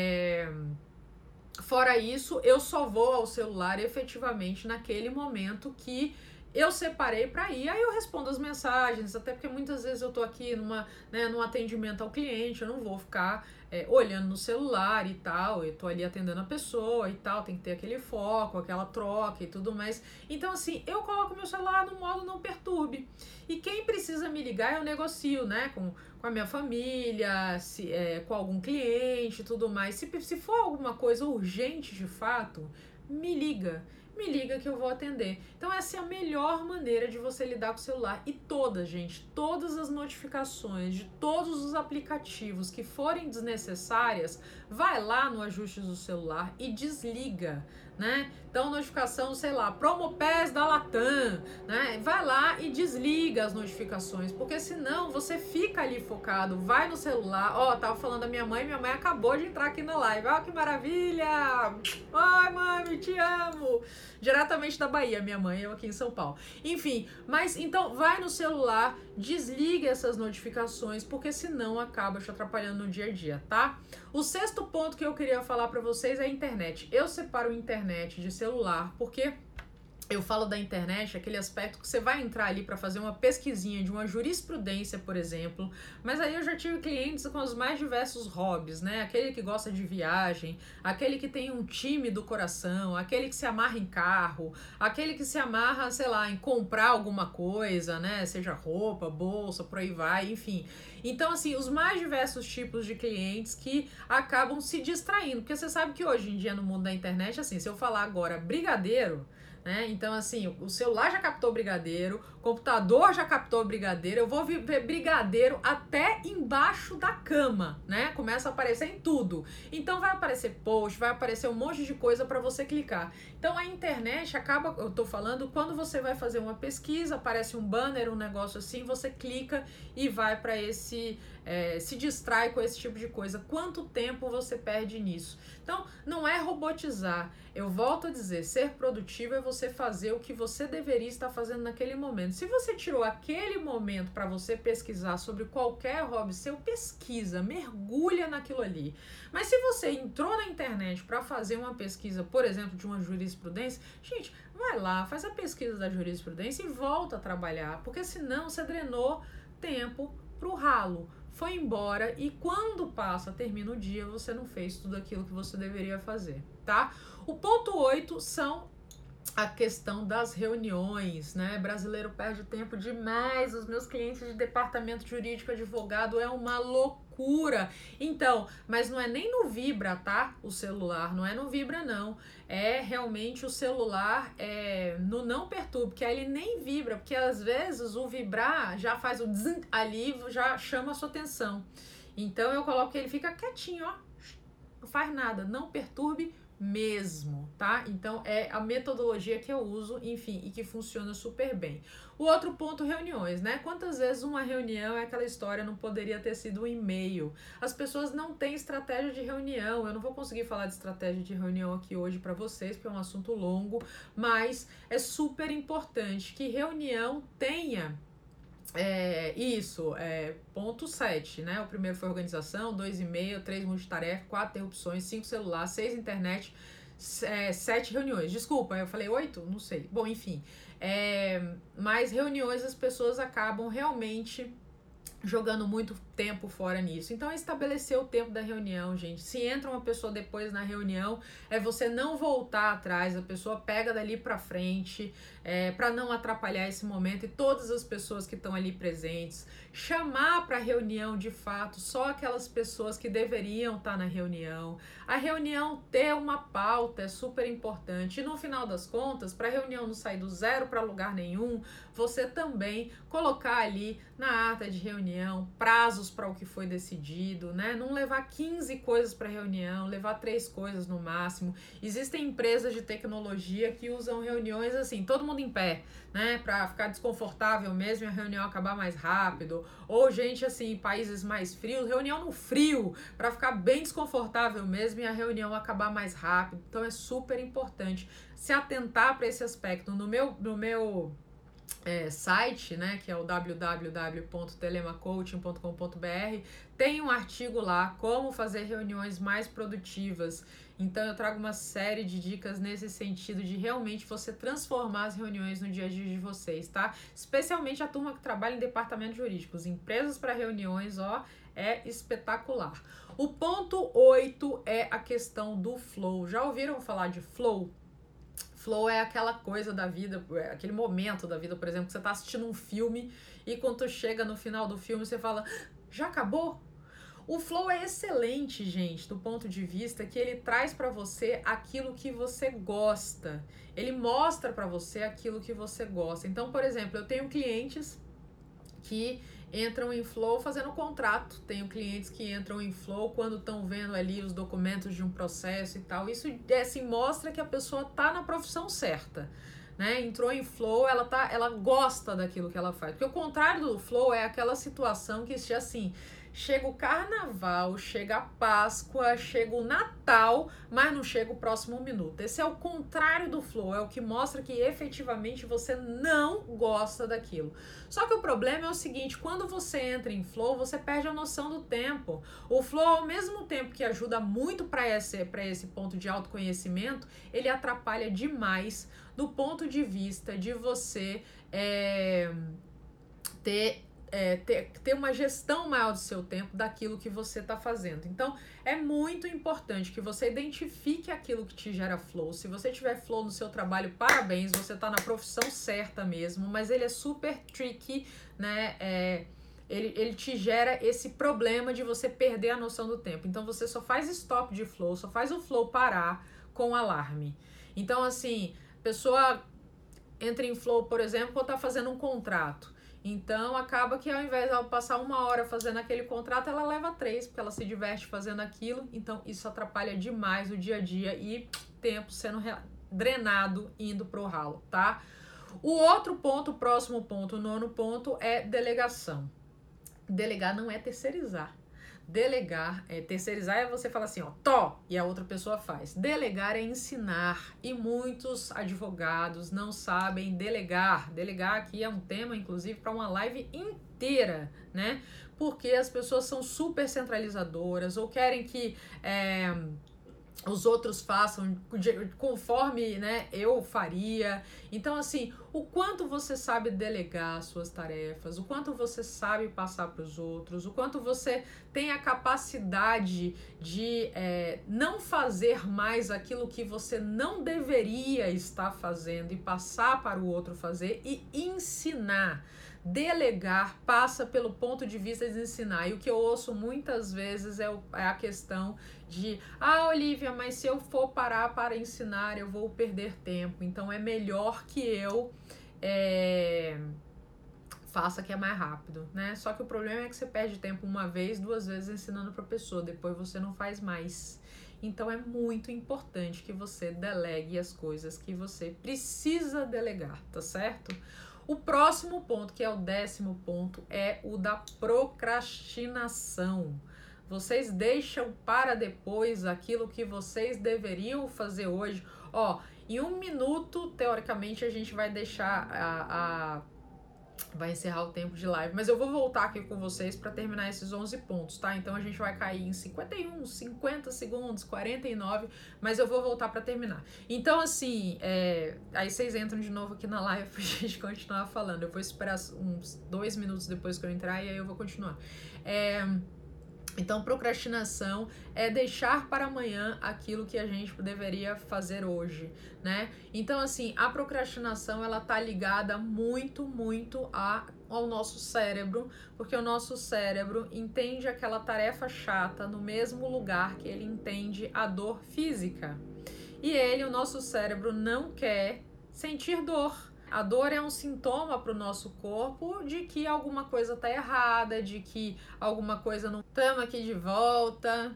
Speaker 1: fora isso, eu só vou ao celular efetivamente naquele momento que eu separei para ir, aí eu respondo as mensagens, até porque muitas vezes eu tô aqui num atendimento ao cliente, eu não vou ficar olhando no celular e tal, eu tô ali atendendo a pessoa e tal, tem que ter aquele foco, aquela troca e tudo mais. Então, assim, eu coloco meu celular no modo não perturbe. E quem precisa me ligar, eu negocio, né, com a minha família, com algum cliente e tudo mais. Se for alguma coisa urgente de fato, me liga que eu vou atender. Então essa é a melhor maneira de você lidar com o celular. E todas as notificações de todos os aplicativos que forem desnecessárias, vai lá no ajustes do celular e desliga, né? Então notificação, sei lá, Promopés da Latam, né? Vai lá e desliga as notificações, porque senão você fica ali focado, vai no celular, tava falando da minha mãe acabou de entrar aqui na live, que maravilha! Oi, mãe, te amo! Diretamente da Bahia, minha mãe, eu aqui em São Paulo. Enfim, mas então vai no celular, desliga essas notificações, porque senão acaba te atrapalhando no dia a dia, tá? O sexto ponto que eu queria falar pra vocês é a internet. Eu separo a internet de celular, porque eu falo da internet, aquele aspecto que você vai entrar ali para fazer uma pesquisinha de uma jurisprudência, por exemplo, mas aí eu já tive clientes com os mais diversos hobbies, né? Aquele que gosta de viagem, aquele que tem um time do coração, aquele que se amarra em carro, aquele que se amarra, sei lá, em comprar alguma coisa, né? Seja roupa, bolsa, por aí vai, enfim. Então, assim, os mais diversos tipos de clientes que acabam se distraindo, porque você sabe que hoje em dia no mundo da internet, assim, se eu falar agora brigadeiro, né? Então, assim, o celular já captou brigadeiro, o computador já captou brigadeiro, eu vou ver brigadeiro até embaixo da cama, né? Começa a aparecer em tudo. Então, vai aparecer post, vai aparecer um monte de coisa para você clicar. Então, a internet acaba, eu tô falando, quando você vai fazer uma pesquisa, aparece um banner, um negócio assim, você clica e vai para esse, se distrai com esse tipo de coisa. Quanto tempo você perde nisso? Então, não é robotizar. Eu volto a dizer, ser produtivo é você fazer o que você deveria estar fazendo naquele momento. Se você tirou aquele momento para você pesquisar sobre qualquer hobby seu, pesquisa, mergulha naquilo ali. Mas se você entrou na internet para fazer uma pesquisa, por exemplo, de uma jurisprudência, gente, vai lá, faz a pesquisa da jurisprudência e volta a trabalhar, porque senão você drenou tempo pro ralo. Foi embora e quando termina o dia, você não fez tudo aquilo que você deveria fazer, tá? O ponto 8 são a questão das reuniões, né? Brasileiro perde tempo demais, os meus clientes de departamento jurídico, advogado, é uma loucura. Então, mas não é nem no Vibra, tá? O celular, não é no Vibra, não. É realmente o celular no não perturbe, que aí ele nem vibra, porque às vezes o vibrar já faz o zzz ali, já chama a sua atenção. Então eu coloco que ele fica quietinho, ó, não faz nada, não perturbe mesmo, tá? Então é a metodologia que eu uso, enfim, e que funciona super bem. O outro ponto, reuniões, né? Quantas vezes uma reunião é aquela história, não poderia ter sido um e-mail? As pessoas não têm estratégia de reunião. Eu não vou conseguir falar de estratégia de reunião aqui hoje para vocês, porque é um assunto longo, mas é super importante que reunião tenha ponto 7, né? O primeiro foi organização, 2 e-mail, 3 multitarefa, 4 interrupções, 5 celular, 6 internet, 7 reuniões. Desculpa, eu falei 8? Não sei. Bom, enfim. Mas reuniões as pessoas acabam realmente jogando muito tempo fora nisso. Então, estabelecer o tempo da reunião, gente. Se entra uma pessoa depois na reunião, é você não voltar atrás, a pessoa pega dali pra frente, para não atrapalhar esse momento, e todas as pessoas que estão ali presentes, chamar para reunião de fato só aquelas pessoas que deveriam estar na reunião. A reunião ter uma pauta é super importante. E no final das contas, para a reunião não sair do zero para lugar nenhum, você também colocar ali na ata de reunião prazos para o que foi decidido, né? Não levar 15 coisas para reunião, levar 3 coisas no máximo. Existem empresas de tecnologia que usam reuniões assim, todo mundo em pé, né? Para ficar desconfortável mesmo e a reunião acabar mais rápido. Ou gente assim, em países mais frios, reunião no frio, para ficar bem desconfortável mesmo e a reunião acabar mais rápido. Então é super importante se atentar para esse aspecto. No meu site, né, que é o www.telemacoaching.com.br, tem um artigo lá, como fazer reuniões mais produtivas. Então eu trago uma série de dicas nesse sentido de realmente você transformar as reuniões no dia a dia de vocês, tá? Especialmente a turma que trabalha em departamentos jurídicos, empresas para reuniões, ó, é espetacular. O ponto 8 é a questão do flow. Já ouviram falar de flow? Flow é aquela coisa da vida, aquele momento da vida, por exemplo, que você tá assistindo um filme e quando tu chega no final do filme você fala, já acabou? O flow é excelente, gente, do ponto de vista que ele traz pra você aquilo que você gosta. Ele mostra pra você aquilo que você gosta. Então, por exemplo, eu tenho clientes que entram em flow fazendo contrato. Tenho clientes que entram em flow quando estão vendo ali os documentos de um processo e tal. Isso assim, mostra que a pessoa tá na profissão certa, né? Entrou em flow, ela gosta daquilo que ela faz. Porque o contrário do flow é aquela situação que assim, chega o carnaval, chega a Páscoa, chega o Natal, mas não chega o próximo minuto. Esse é o contrário do flow, é o que mostra que efetivamente você não gosta daquilo. Só que o problema é o seguinte, quando você entra em flow, você perde a noção do tempo. O flow, ao mesmo tempo que ajuda muito para esse ponto de autoconhecimento, ele atrapalha demais do ponto de vista de você ter uma gestão maior do seu tempo daquilo que você está fazendo. Então, é muito importante que você identifique aquilo que te gera flow. Se você tiver flow no seu trabalho, parabéns, você está na profissão certa mesmo, mas ele é super tricky, né? Ele te gera esse problema de você perder a noção do tempo. Então, você só faz stop de flow, só faz o flow parar com alarme. Então, assim, a pessoa entra em flow, por exemplo, quando está fazendo um contrato. Então, acaba que ao invés de ela passar 1 hora fazendo aquele contrato, ela leva 3, porque ela se diverte fazendo aquilo. Então, isso atrapalha demais o dia a dia e tempo sendo drenado indo pro ralo, tá? O outro ponto, o próximo ponto, o 9º ponto é delegação. Delegar não é terceirizar. Delegar, terceirizar é você falar assim, ó, e a outra pessoa faz. Delegar é ensinar e muitos advogados não sabem delegar. Delegar aqui é um tema, inclusive, para uma live inteira, né? Porque as pessoas são super centralizadoras ou querem que os outros façam conforme, né, eu faria. Então, assim, o quanto você sabe delegar as suas tarefas, o quanto você sabe passar para os outros, o quanto você tem a capacidade de não fazer mais aquilo que você não deveria estar fazendo e passar para o outro fazer e ensinar. Delegar passa pelo ponto de vista de ensinar. E o que eu ouço muitas vezes é a questão de Olivia, mas se eu for parar para ensinar, eu vou perder tempo. Então é melhor que eu faça que é mais rápido, né? Só que o problema é que você perde tempo 1 vez, 2 vezes ensinando para a pessoa, depois você não faz mais. Então é muito importante que você delegue as coisas que você precisa delegar, tá certo? O próximo ponto, que é o 10º ponto, é o da procrastinação. Vocês deixam para depois aquilo que vocês deveriam fazer hoje. Em 1 minuto, teoricamente, a gente vai deixar vai encerrar o tempo de live, mas eu vou voltar aqui com vocês para terminar esses 11 pontos, tá? Então a gente vai cair em 51, 50 segundos, 49, mas eu vou voltar para terminar. Então, assim, aí vocês entram de novo aqui na live pra gente continuar falando. Eu vou esperar uns 2 minutos depois que eu entrar e aí eu vou continuar. Então, procrastinação é deixar para amanhã aquilo que a gente deveria fazer hoje, né? Então, assim, a procrastinação, ela tá ligada muito, muito ao nosso cérebro, porque o nosso cérebro entende aquela tarefa chata no mesmo lugar que ele entende a dor física. E o nosso cérebro, não quer sentir dor. A dor é um sintoma para o nosso corpo de que alguma coisa tá errada, de que alguma coisa não... Estamos aqui de volta.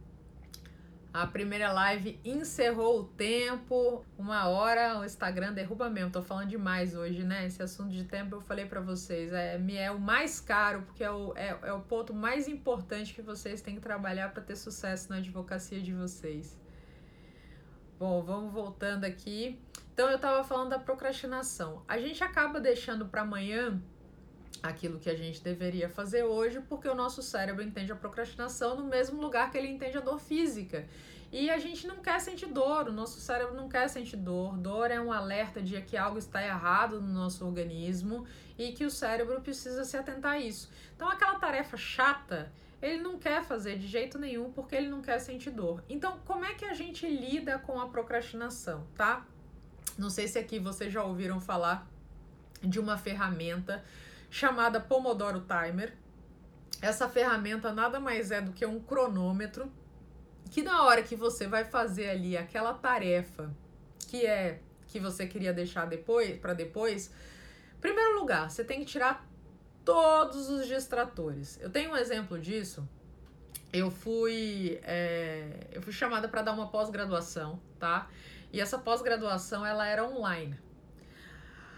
Speaker 1: A primeira live encerrou o tempo. 1 hora, o Instagram derruba mesmo. Tô falando demais hoje, né? Esse assunto de tempo eu falei para vocês. É o mais caro, porque é o ponto mais importante que vocês têm que trabalhar para ter sucesso na advocacia de vocês. Bom, vamos voltando aqui. Então, eu estava falando da procrastinação. A gente acaba deixando para amanhã aquilo que a gente deveria fazer hoje, porque o nosso cérebro entende a procrastinação no mesmo lugar que ele entende a dor física. E a gente não quer sentir dor, o nosso cérebro não quer sentir dor. Dor é um alerta de que algo está errado no nosso organismo e que o cérebro precisa se atentar a isso. Então, aquela tarefa chata, ele não quer fazer de jeito nenhum porque ele não quer sentir dor. Então, como é que a gente lida com a procrastinação, tá? Não sei se aqui vocês já ouviram falar de uma ferramenta chamada Pomodoro Timer. Essa ferramenta nada mais é do que um cronômetro que na hora que você vai fazer ali aquela tarefa que você queria deixar para depois, em primeiro lugar, você tem que tirar todos os distratores. Eu tenho um exemplo disso. Eu fui chamada para dar uma pós-graduação, tá? E essa pós-graduação, ela era online.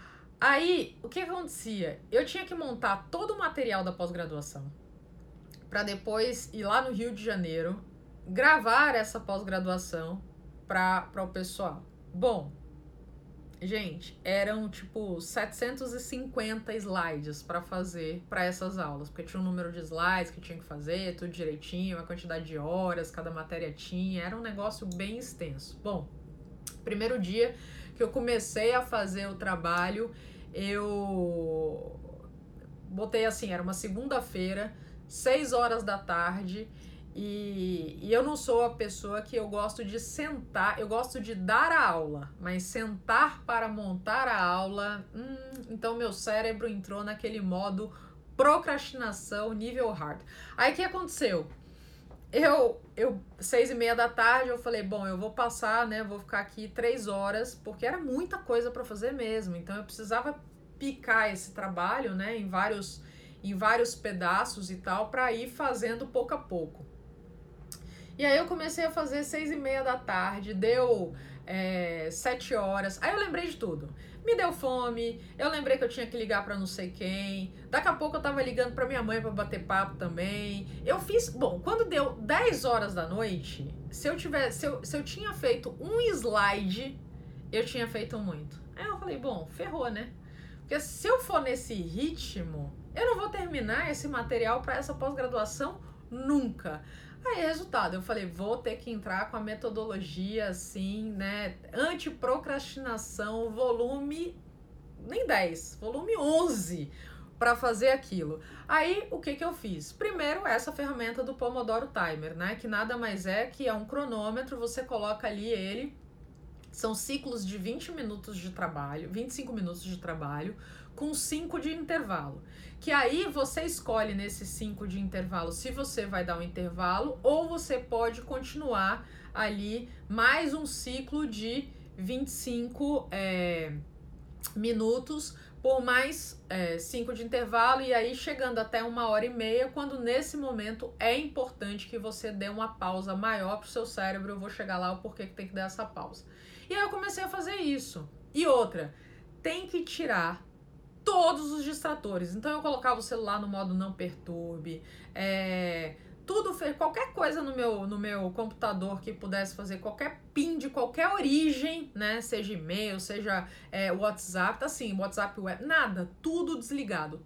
Speaker 1: Aí, o que acontecia? Eu tinha que montar todo o material da pós-graduação para depois ir lá no Rio de Janeiro, gravar essa pós-graduação para o pessoal. Bom, gente, eram tipo 750 slides para fazer para essas aulas, porque tinha um número de slides que tinha que fazer, tudo direitinho, a quantidade de horas cada matéria tinha, era um negócio bem extenso. Bom, primeiro dia que eu comecei a fazer o trabalho, eu botei assim, era uma segunda-feira, 6 horas da tarde, e eu não sou a pessoa que eu gosto de sentar, eu gosto de dar a aula, mas sentar para montar a aula, então meu cérebro entrou naquele modo procrastinação nível hard. Aí o que aconteceu? Eu 6:30 da tarde, eu falei, bom, eu vou passar, né, vou ficar aqui 3 horas, porque era muita coisa para fazer mesmo, então eu precisava picar esse trabalho, né, em vários pedaços e tal, para ir fazendo pouco a pouco. E aí eu comecei a fazer 6:30 da tarde, deu 7 horas, aí eu lembrei de tudo. Me deu fome, eu lembrei que eu tinha que ligar pra não sei quem, daqui a pouco eu tava ligando pra minha mãe pra bater papo também. Eu fiz, bom, quando deu 10 horas da noite, se eu tinha feito um slide, eu tinha feito muito. Aí eu falei, bom, ferrou, né? Porque se eu for nesse ritmo, eu não vou terminar esse material pra essa pós-graduação nunca. Aí, resultado, eu falei, vou ter que entrar com a metodologia, assim, né, antiprocrastinação, volume, nem 10, volume 11, para fazer aquilo. Aí, o que eu fiz? Primeiro, essa ferramenta do Pomodoro Timer, né, que nada mais é que é um cronômetro, você coloca ali ele, são ciclos de 20 minutos de trabalho, 25 minutos de trabalho, com 5 de intervalo. Que aí você escolhe nesses 5 de intervalo se você vai dar um intervalo ou você pode continuar ali mais um ciclo de 25 minutos por mais 5 de intervalo, e aí chegando até 1h30, quando nesse momento é importante que você dê uma pausa maior pro seu cérebro. Eu vou chegar lá o porquê que tem que dar essa pausa. E aí eu comecei a fazer isso. E outra, tem que tirar todos os distratores. Então eu colocava o celular no modo não perturbe, qualquer coisa no meu computador que pudesse fazer qualquer pin de qualquer origem, né? Seja e-mail, seja WhatsApp, assim, WhatsApp web, nada, tudo desligado,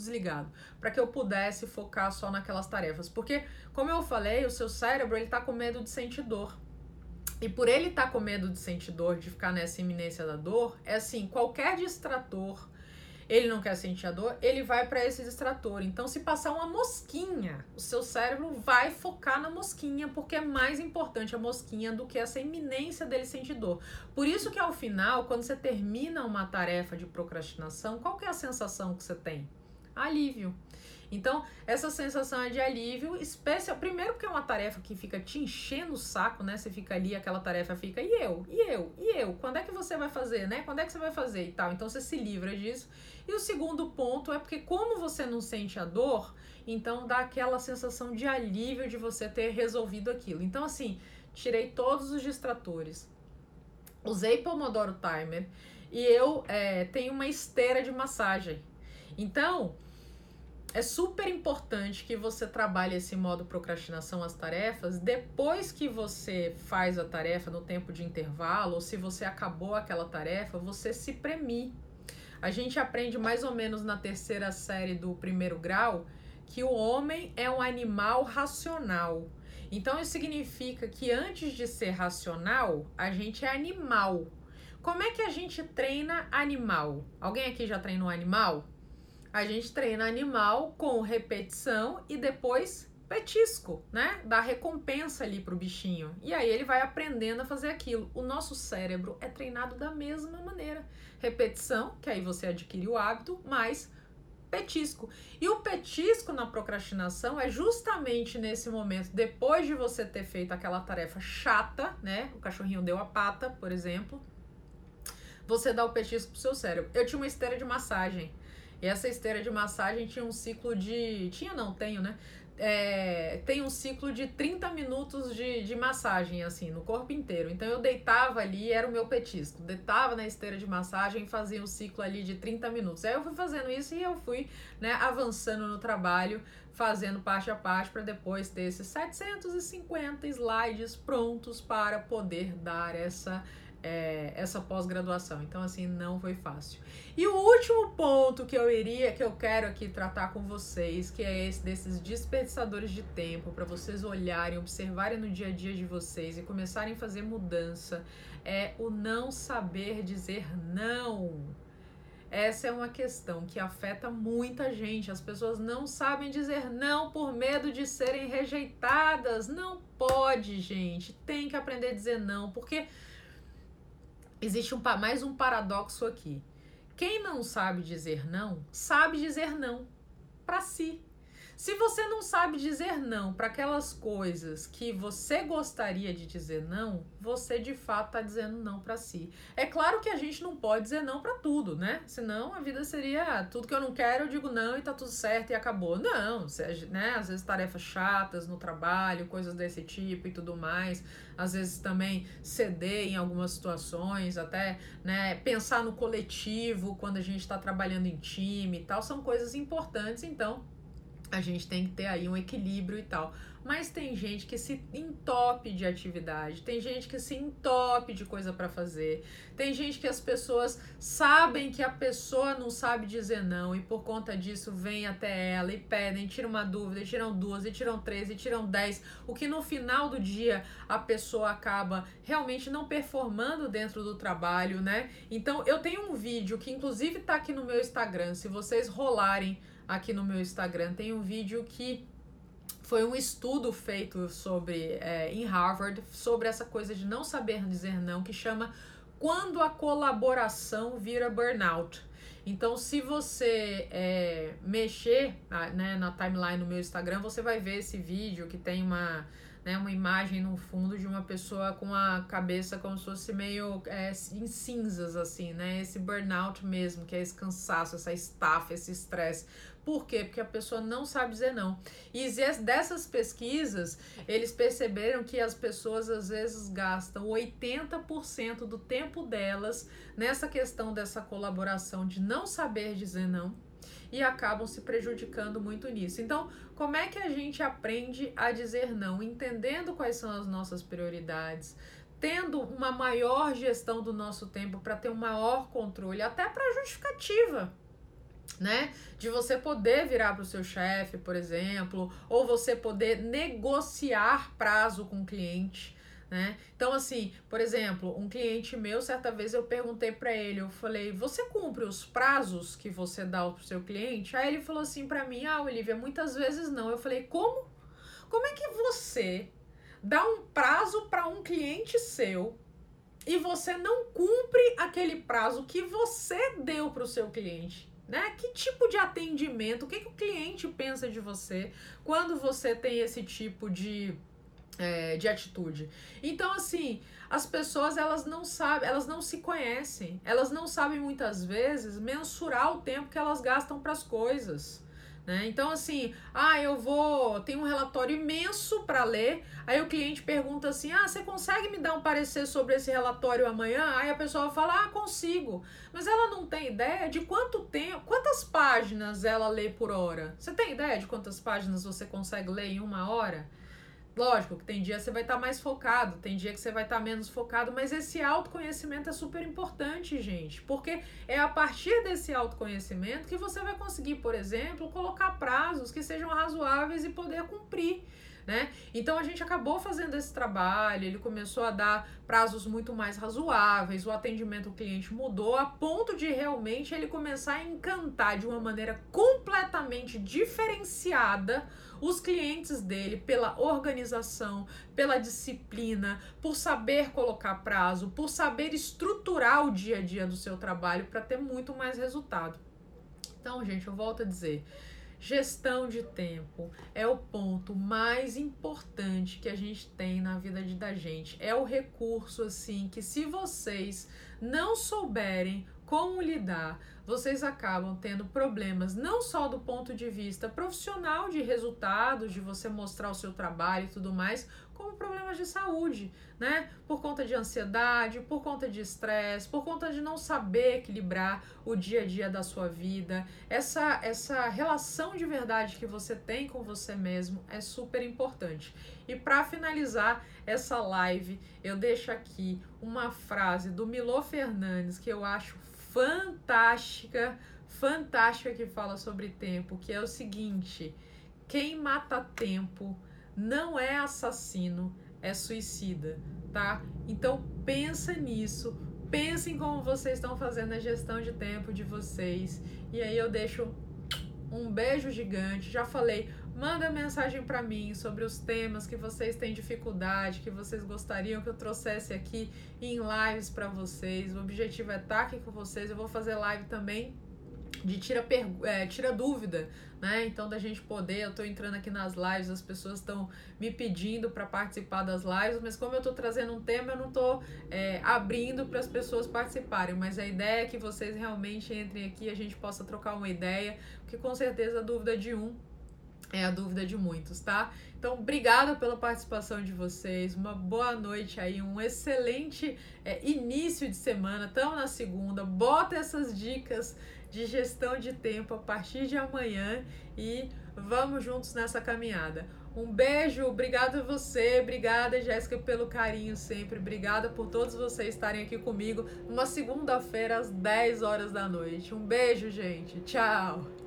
Speaker 1: para que eu pudesse focar só naquelas tarefas. Porque, como eu falei, o seu cérebro, ele tá com medo de sentir dor. E por ele estar com medo de sentir dor, de ficar nessa iminência da dor, é assim, qualquer distrator, ele não quer sentir a dor, ele vai para esse distrator. Então, se passar uma mosquinha, o seu cérebro vai focar na mosquinha, porque é mais importante a mosquinha do que essa iminência dele sentir dor. Por isso que ao final, quando você termina uma tarefa de procrastinação, qual que é a sensação que você tem? Alívio. Então, essa sensação é de alívio, especial, primeiro porque é uma tarefa que fica te enchendo o saco, né? Você fica ali, aquela tarefa fica, e eu? Quando é que você vai fazer, né? Quando é que você vai fazer e tal? Então, você se livra disso. E o segundo ponto é porque como você não sente a dor, então dá aquela sensação de alívio de você ter resolvido aquilo. Então, assim, tirei todos os distratores, usei Pomodoro Timer e eu tenho uma esteira de massagem. Então, é super importante que você trabalhe esse modo procrastinação, as tarefas, depois que você faz a tarefa no tempo de intervalo, ou se você acabou aquela tarefa, você se premie. A gente aprende mais ou menos na 3ª série do 1º grau que o homem é um animal racional. Então isso significa que antes de ser racional, a gente é animal. Como é que a gente treina animal? Alguém aqui já treinou animal? A gente treina animal com repetição e depois petisco, né? Dá recompensa ali pro bichinho. E aí ele vai aprendendo a fazer aquilo. O nosso cérebro é treinado da mesma maneira. Repetição, que aí você adquire o hábito, mais petisco. E o petisco na procrastinação é justamente nesse momento, depois de você ter feito aquela tarefa chata, né? O cachorrinho deu a pata, por exemplo. Você dá o petisco pro seu cérebro. Eu tinha uma esteira de massagem. E essa esteira de massagem tinha um ciclo de... Tenho, né? tem um ciclo de 30 minutos de massagem, assim, no corpo inteiro. Então eu deitava ali, era o meu petisco. Deitava na esteira de massagem e fazia um ciclo ali de 30 minutos. Aí eu fui fazendo isso e eu fui, né, avançando no trabalho, fazendo parte a parte para depois ter esses 750 slides prontos para poder dar essa pós-graduação. Então, assim, não foi fácil. E o último ponto que eu quero aqui tratar com vocês, que é esse desses desperdiçadores de tempo, para vocês olharem, observarem no dia a dia de vocês e começarem a fazer mudança, é o não saber dizer não. Essa é uma questão que afeta muita gente. As pessoas não sabem dizer não por medo de serem rejeitadas. Não pode, gente. Tem que aprender a dizer não, porque existe mais um paradoxo aqui. Quem não sabe dizer não, sabe dizer não para si. Se você não sabe dizer não para aquelas coisas que você gostaria de dizer não, você de fato está dizendo não para si. É claro que a gente não pode dizer não para tudo, né? Senão a vida seria tudo que eu não quero, eu digo não e tá tudo certo e acabou. Não, né? Às vezes tarefas chatas no trabalho, coisas desse tipo e tudo mais. Às vezes também ceder em algumas situações, até, né, pensar no coletivo quando a gente está trabalhando em time e tal, são coisas importantes, então a gente tem que ter aí um equilíbrio e tal. Mas tem gente que se entope de atividade, tem gente que se entope de coisa para fazer, tem gente que as pessoas sabem que a pessoa não sabe dizer não e por conta disso vem até ela e pedem, tiram uma dúvida, e tiram duas, e tiram três, e tiram 10, o que no final do dia a pessoa acaba realmente não performando dentro do trabalho, né? Então eu tenho um vídeo que inclusive tá aqui no meu Instagram, se vocês rolarem aqui no meu Instagram, tem um vídeo que foi um estudo feito em Harvard sobre essa coisa de não saber dizer não, que chama Quando a Colaboração Vira Burnout. Então, se você mexer né, na timeline no meu Instagram, você vai ver esse vídeo que tem uma imagem no fundo de uma pessoa com a cabeça como se fosse meio em cinzas, assim, né? Esse burnout mesmo, que é esse cansaço, essa estafa, esse estresse. Por quê? Porque a pessoa não sabe dizer não. E dessas pesquisas, eles perceberam que as pessoas às vezes gastam 80% do tempo delas nessa questão dessa colaboração de não saber dizer não e acabam se prejudicando muito nisso. Então, como é que a gente aprende a dizer não? Entendendo quais são as nossas prioridades, tendo uma maior gestão do nosso tempo para ter um maior controle, até para justificativa, né? De você poder virar para o seu chefe, por exemplo, ou você poder negociar prazo com o cliente, né? Então, assim, por exemplo, um cliente meu, certa vez eu perguntei para ele, eu falei, você cumpre os prazos que você dá pro seu cliente? Aí ele falou assim para mim, Olivia, muitas vezes não. Eu falei, como? Como é que você dá um prazo para um cliente seu e você não cumpre aquele prazo que você deu pro seu cliente? Né? Que tipo de atendimento, o que o cliente pensa de você quando você tem esse tipo de atitude? Então, assim, as pessoas elas não sabem, elas não se conhecem, elas não sabem muitas vezes mensurar o tempo que elas gastam para as coisas. Né? Então, assim, tem um relatório imenso para ler, aí o cliente pergunta assim, você consegue me dar um parecer sobre esse relatório amanhã? Aí a pessoa fala, consigo, mas ela não tem ideia de quantas páginas ela lê por hora. Você tem ideia de quantas páginas você consegue ler em uma hora? Lógico que tem dia que você vai estar mais focado, tem dia que você vai estar menos focado, mas esse autoconhecimento é super importante, gente, porque é a partir desse autoconhecimento que você vai conseguir, por exemplo, colocar prazos que sejam razoáveis e poder cumprir, né? Então a gente acabou fazendo esse trabalho, ele começou a dar prazos muito mais razoáveis, o atendimento ao cliente mudou a ponto de realmente ele começar a encantar de uma maneira completamente diferenciada os clientes dele pela organização, pela disciplina, por saber colocar prazo, por saber estruturar o dia a dia do seu trabalho para ter muito mais resultado. Então, gente, eu volto a dizer, gestão de tempo é o ponto mais importante que a gente tem na vida da gente. É o recurso, assim, que se vocês não souberem como lidar, vocês acabam tendo problemas não só do ponto de vista profissional, de resultados, de você mostrar o seu trabalho e tudo mais, como problemas de saúde, né? Por conta de ansiedade, por conta de estresse, por conta de não saber equilibrar o dia a dia da sua vida. Essa relação de verdade que você tem com você mesmo é super importante. E para finalizar essa live, eu deixo aqui uma frase do Milor Fernandes que eu acho fantástica, que fala sobre tempo, que é o seguinte: quem mata tempo não é assassino, é suicida, tá? Então pensa nisso, pensem como vocês estão fazendo a gestão de tempo de vocês. E aí eu deixo um beijo gigante. Já falei, manda mensagem para mim sobre os temas que vocês têm dificuldade, que vocês gostariam que eu trouxesse aqui em lives para vocês. O objetivo é estar aqui com vocês. Eu vou fazer live também de tira dúvida, né? Então da gente poder, eu tô entrando aqui nas lives, as pessoas estão me pedindo para participar das lives, mas como eu tô trazendo um tema, eu não tô abrindo para as pessoas participarem, mas a ideia é que vocês realmente entrem aqui e a gente possa trocar uma ideia, porque com certeza a dúvida de um é a dúvida de muitos, tá? Então, obrigada pela participação de vocês, uma boa noite aí, um excelente início de semana, estamos na segunda, bota essas dicas de gestão de tempo a partir de amanhã e vamos juntos nessa caminhada. Um beijo, obrigada a você, obrigada Jéssica pelo carinho sempre, obrigada por todos vocês estarem aqui comigo numa segunda-feira às 10 horas da noite. Um beijo, gente, tchau!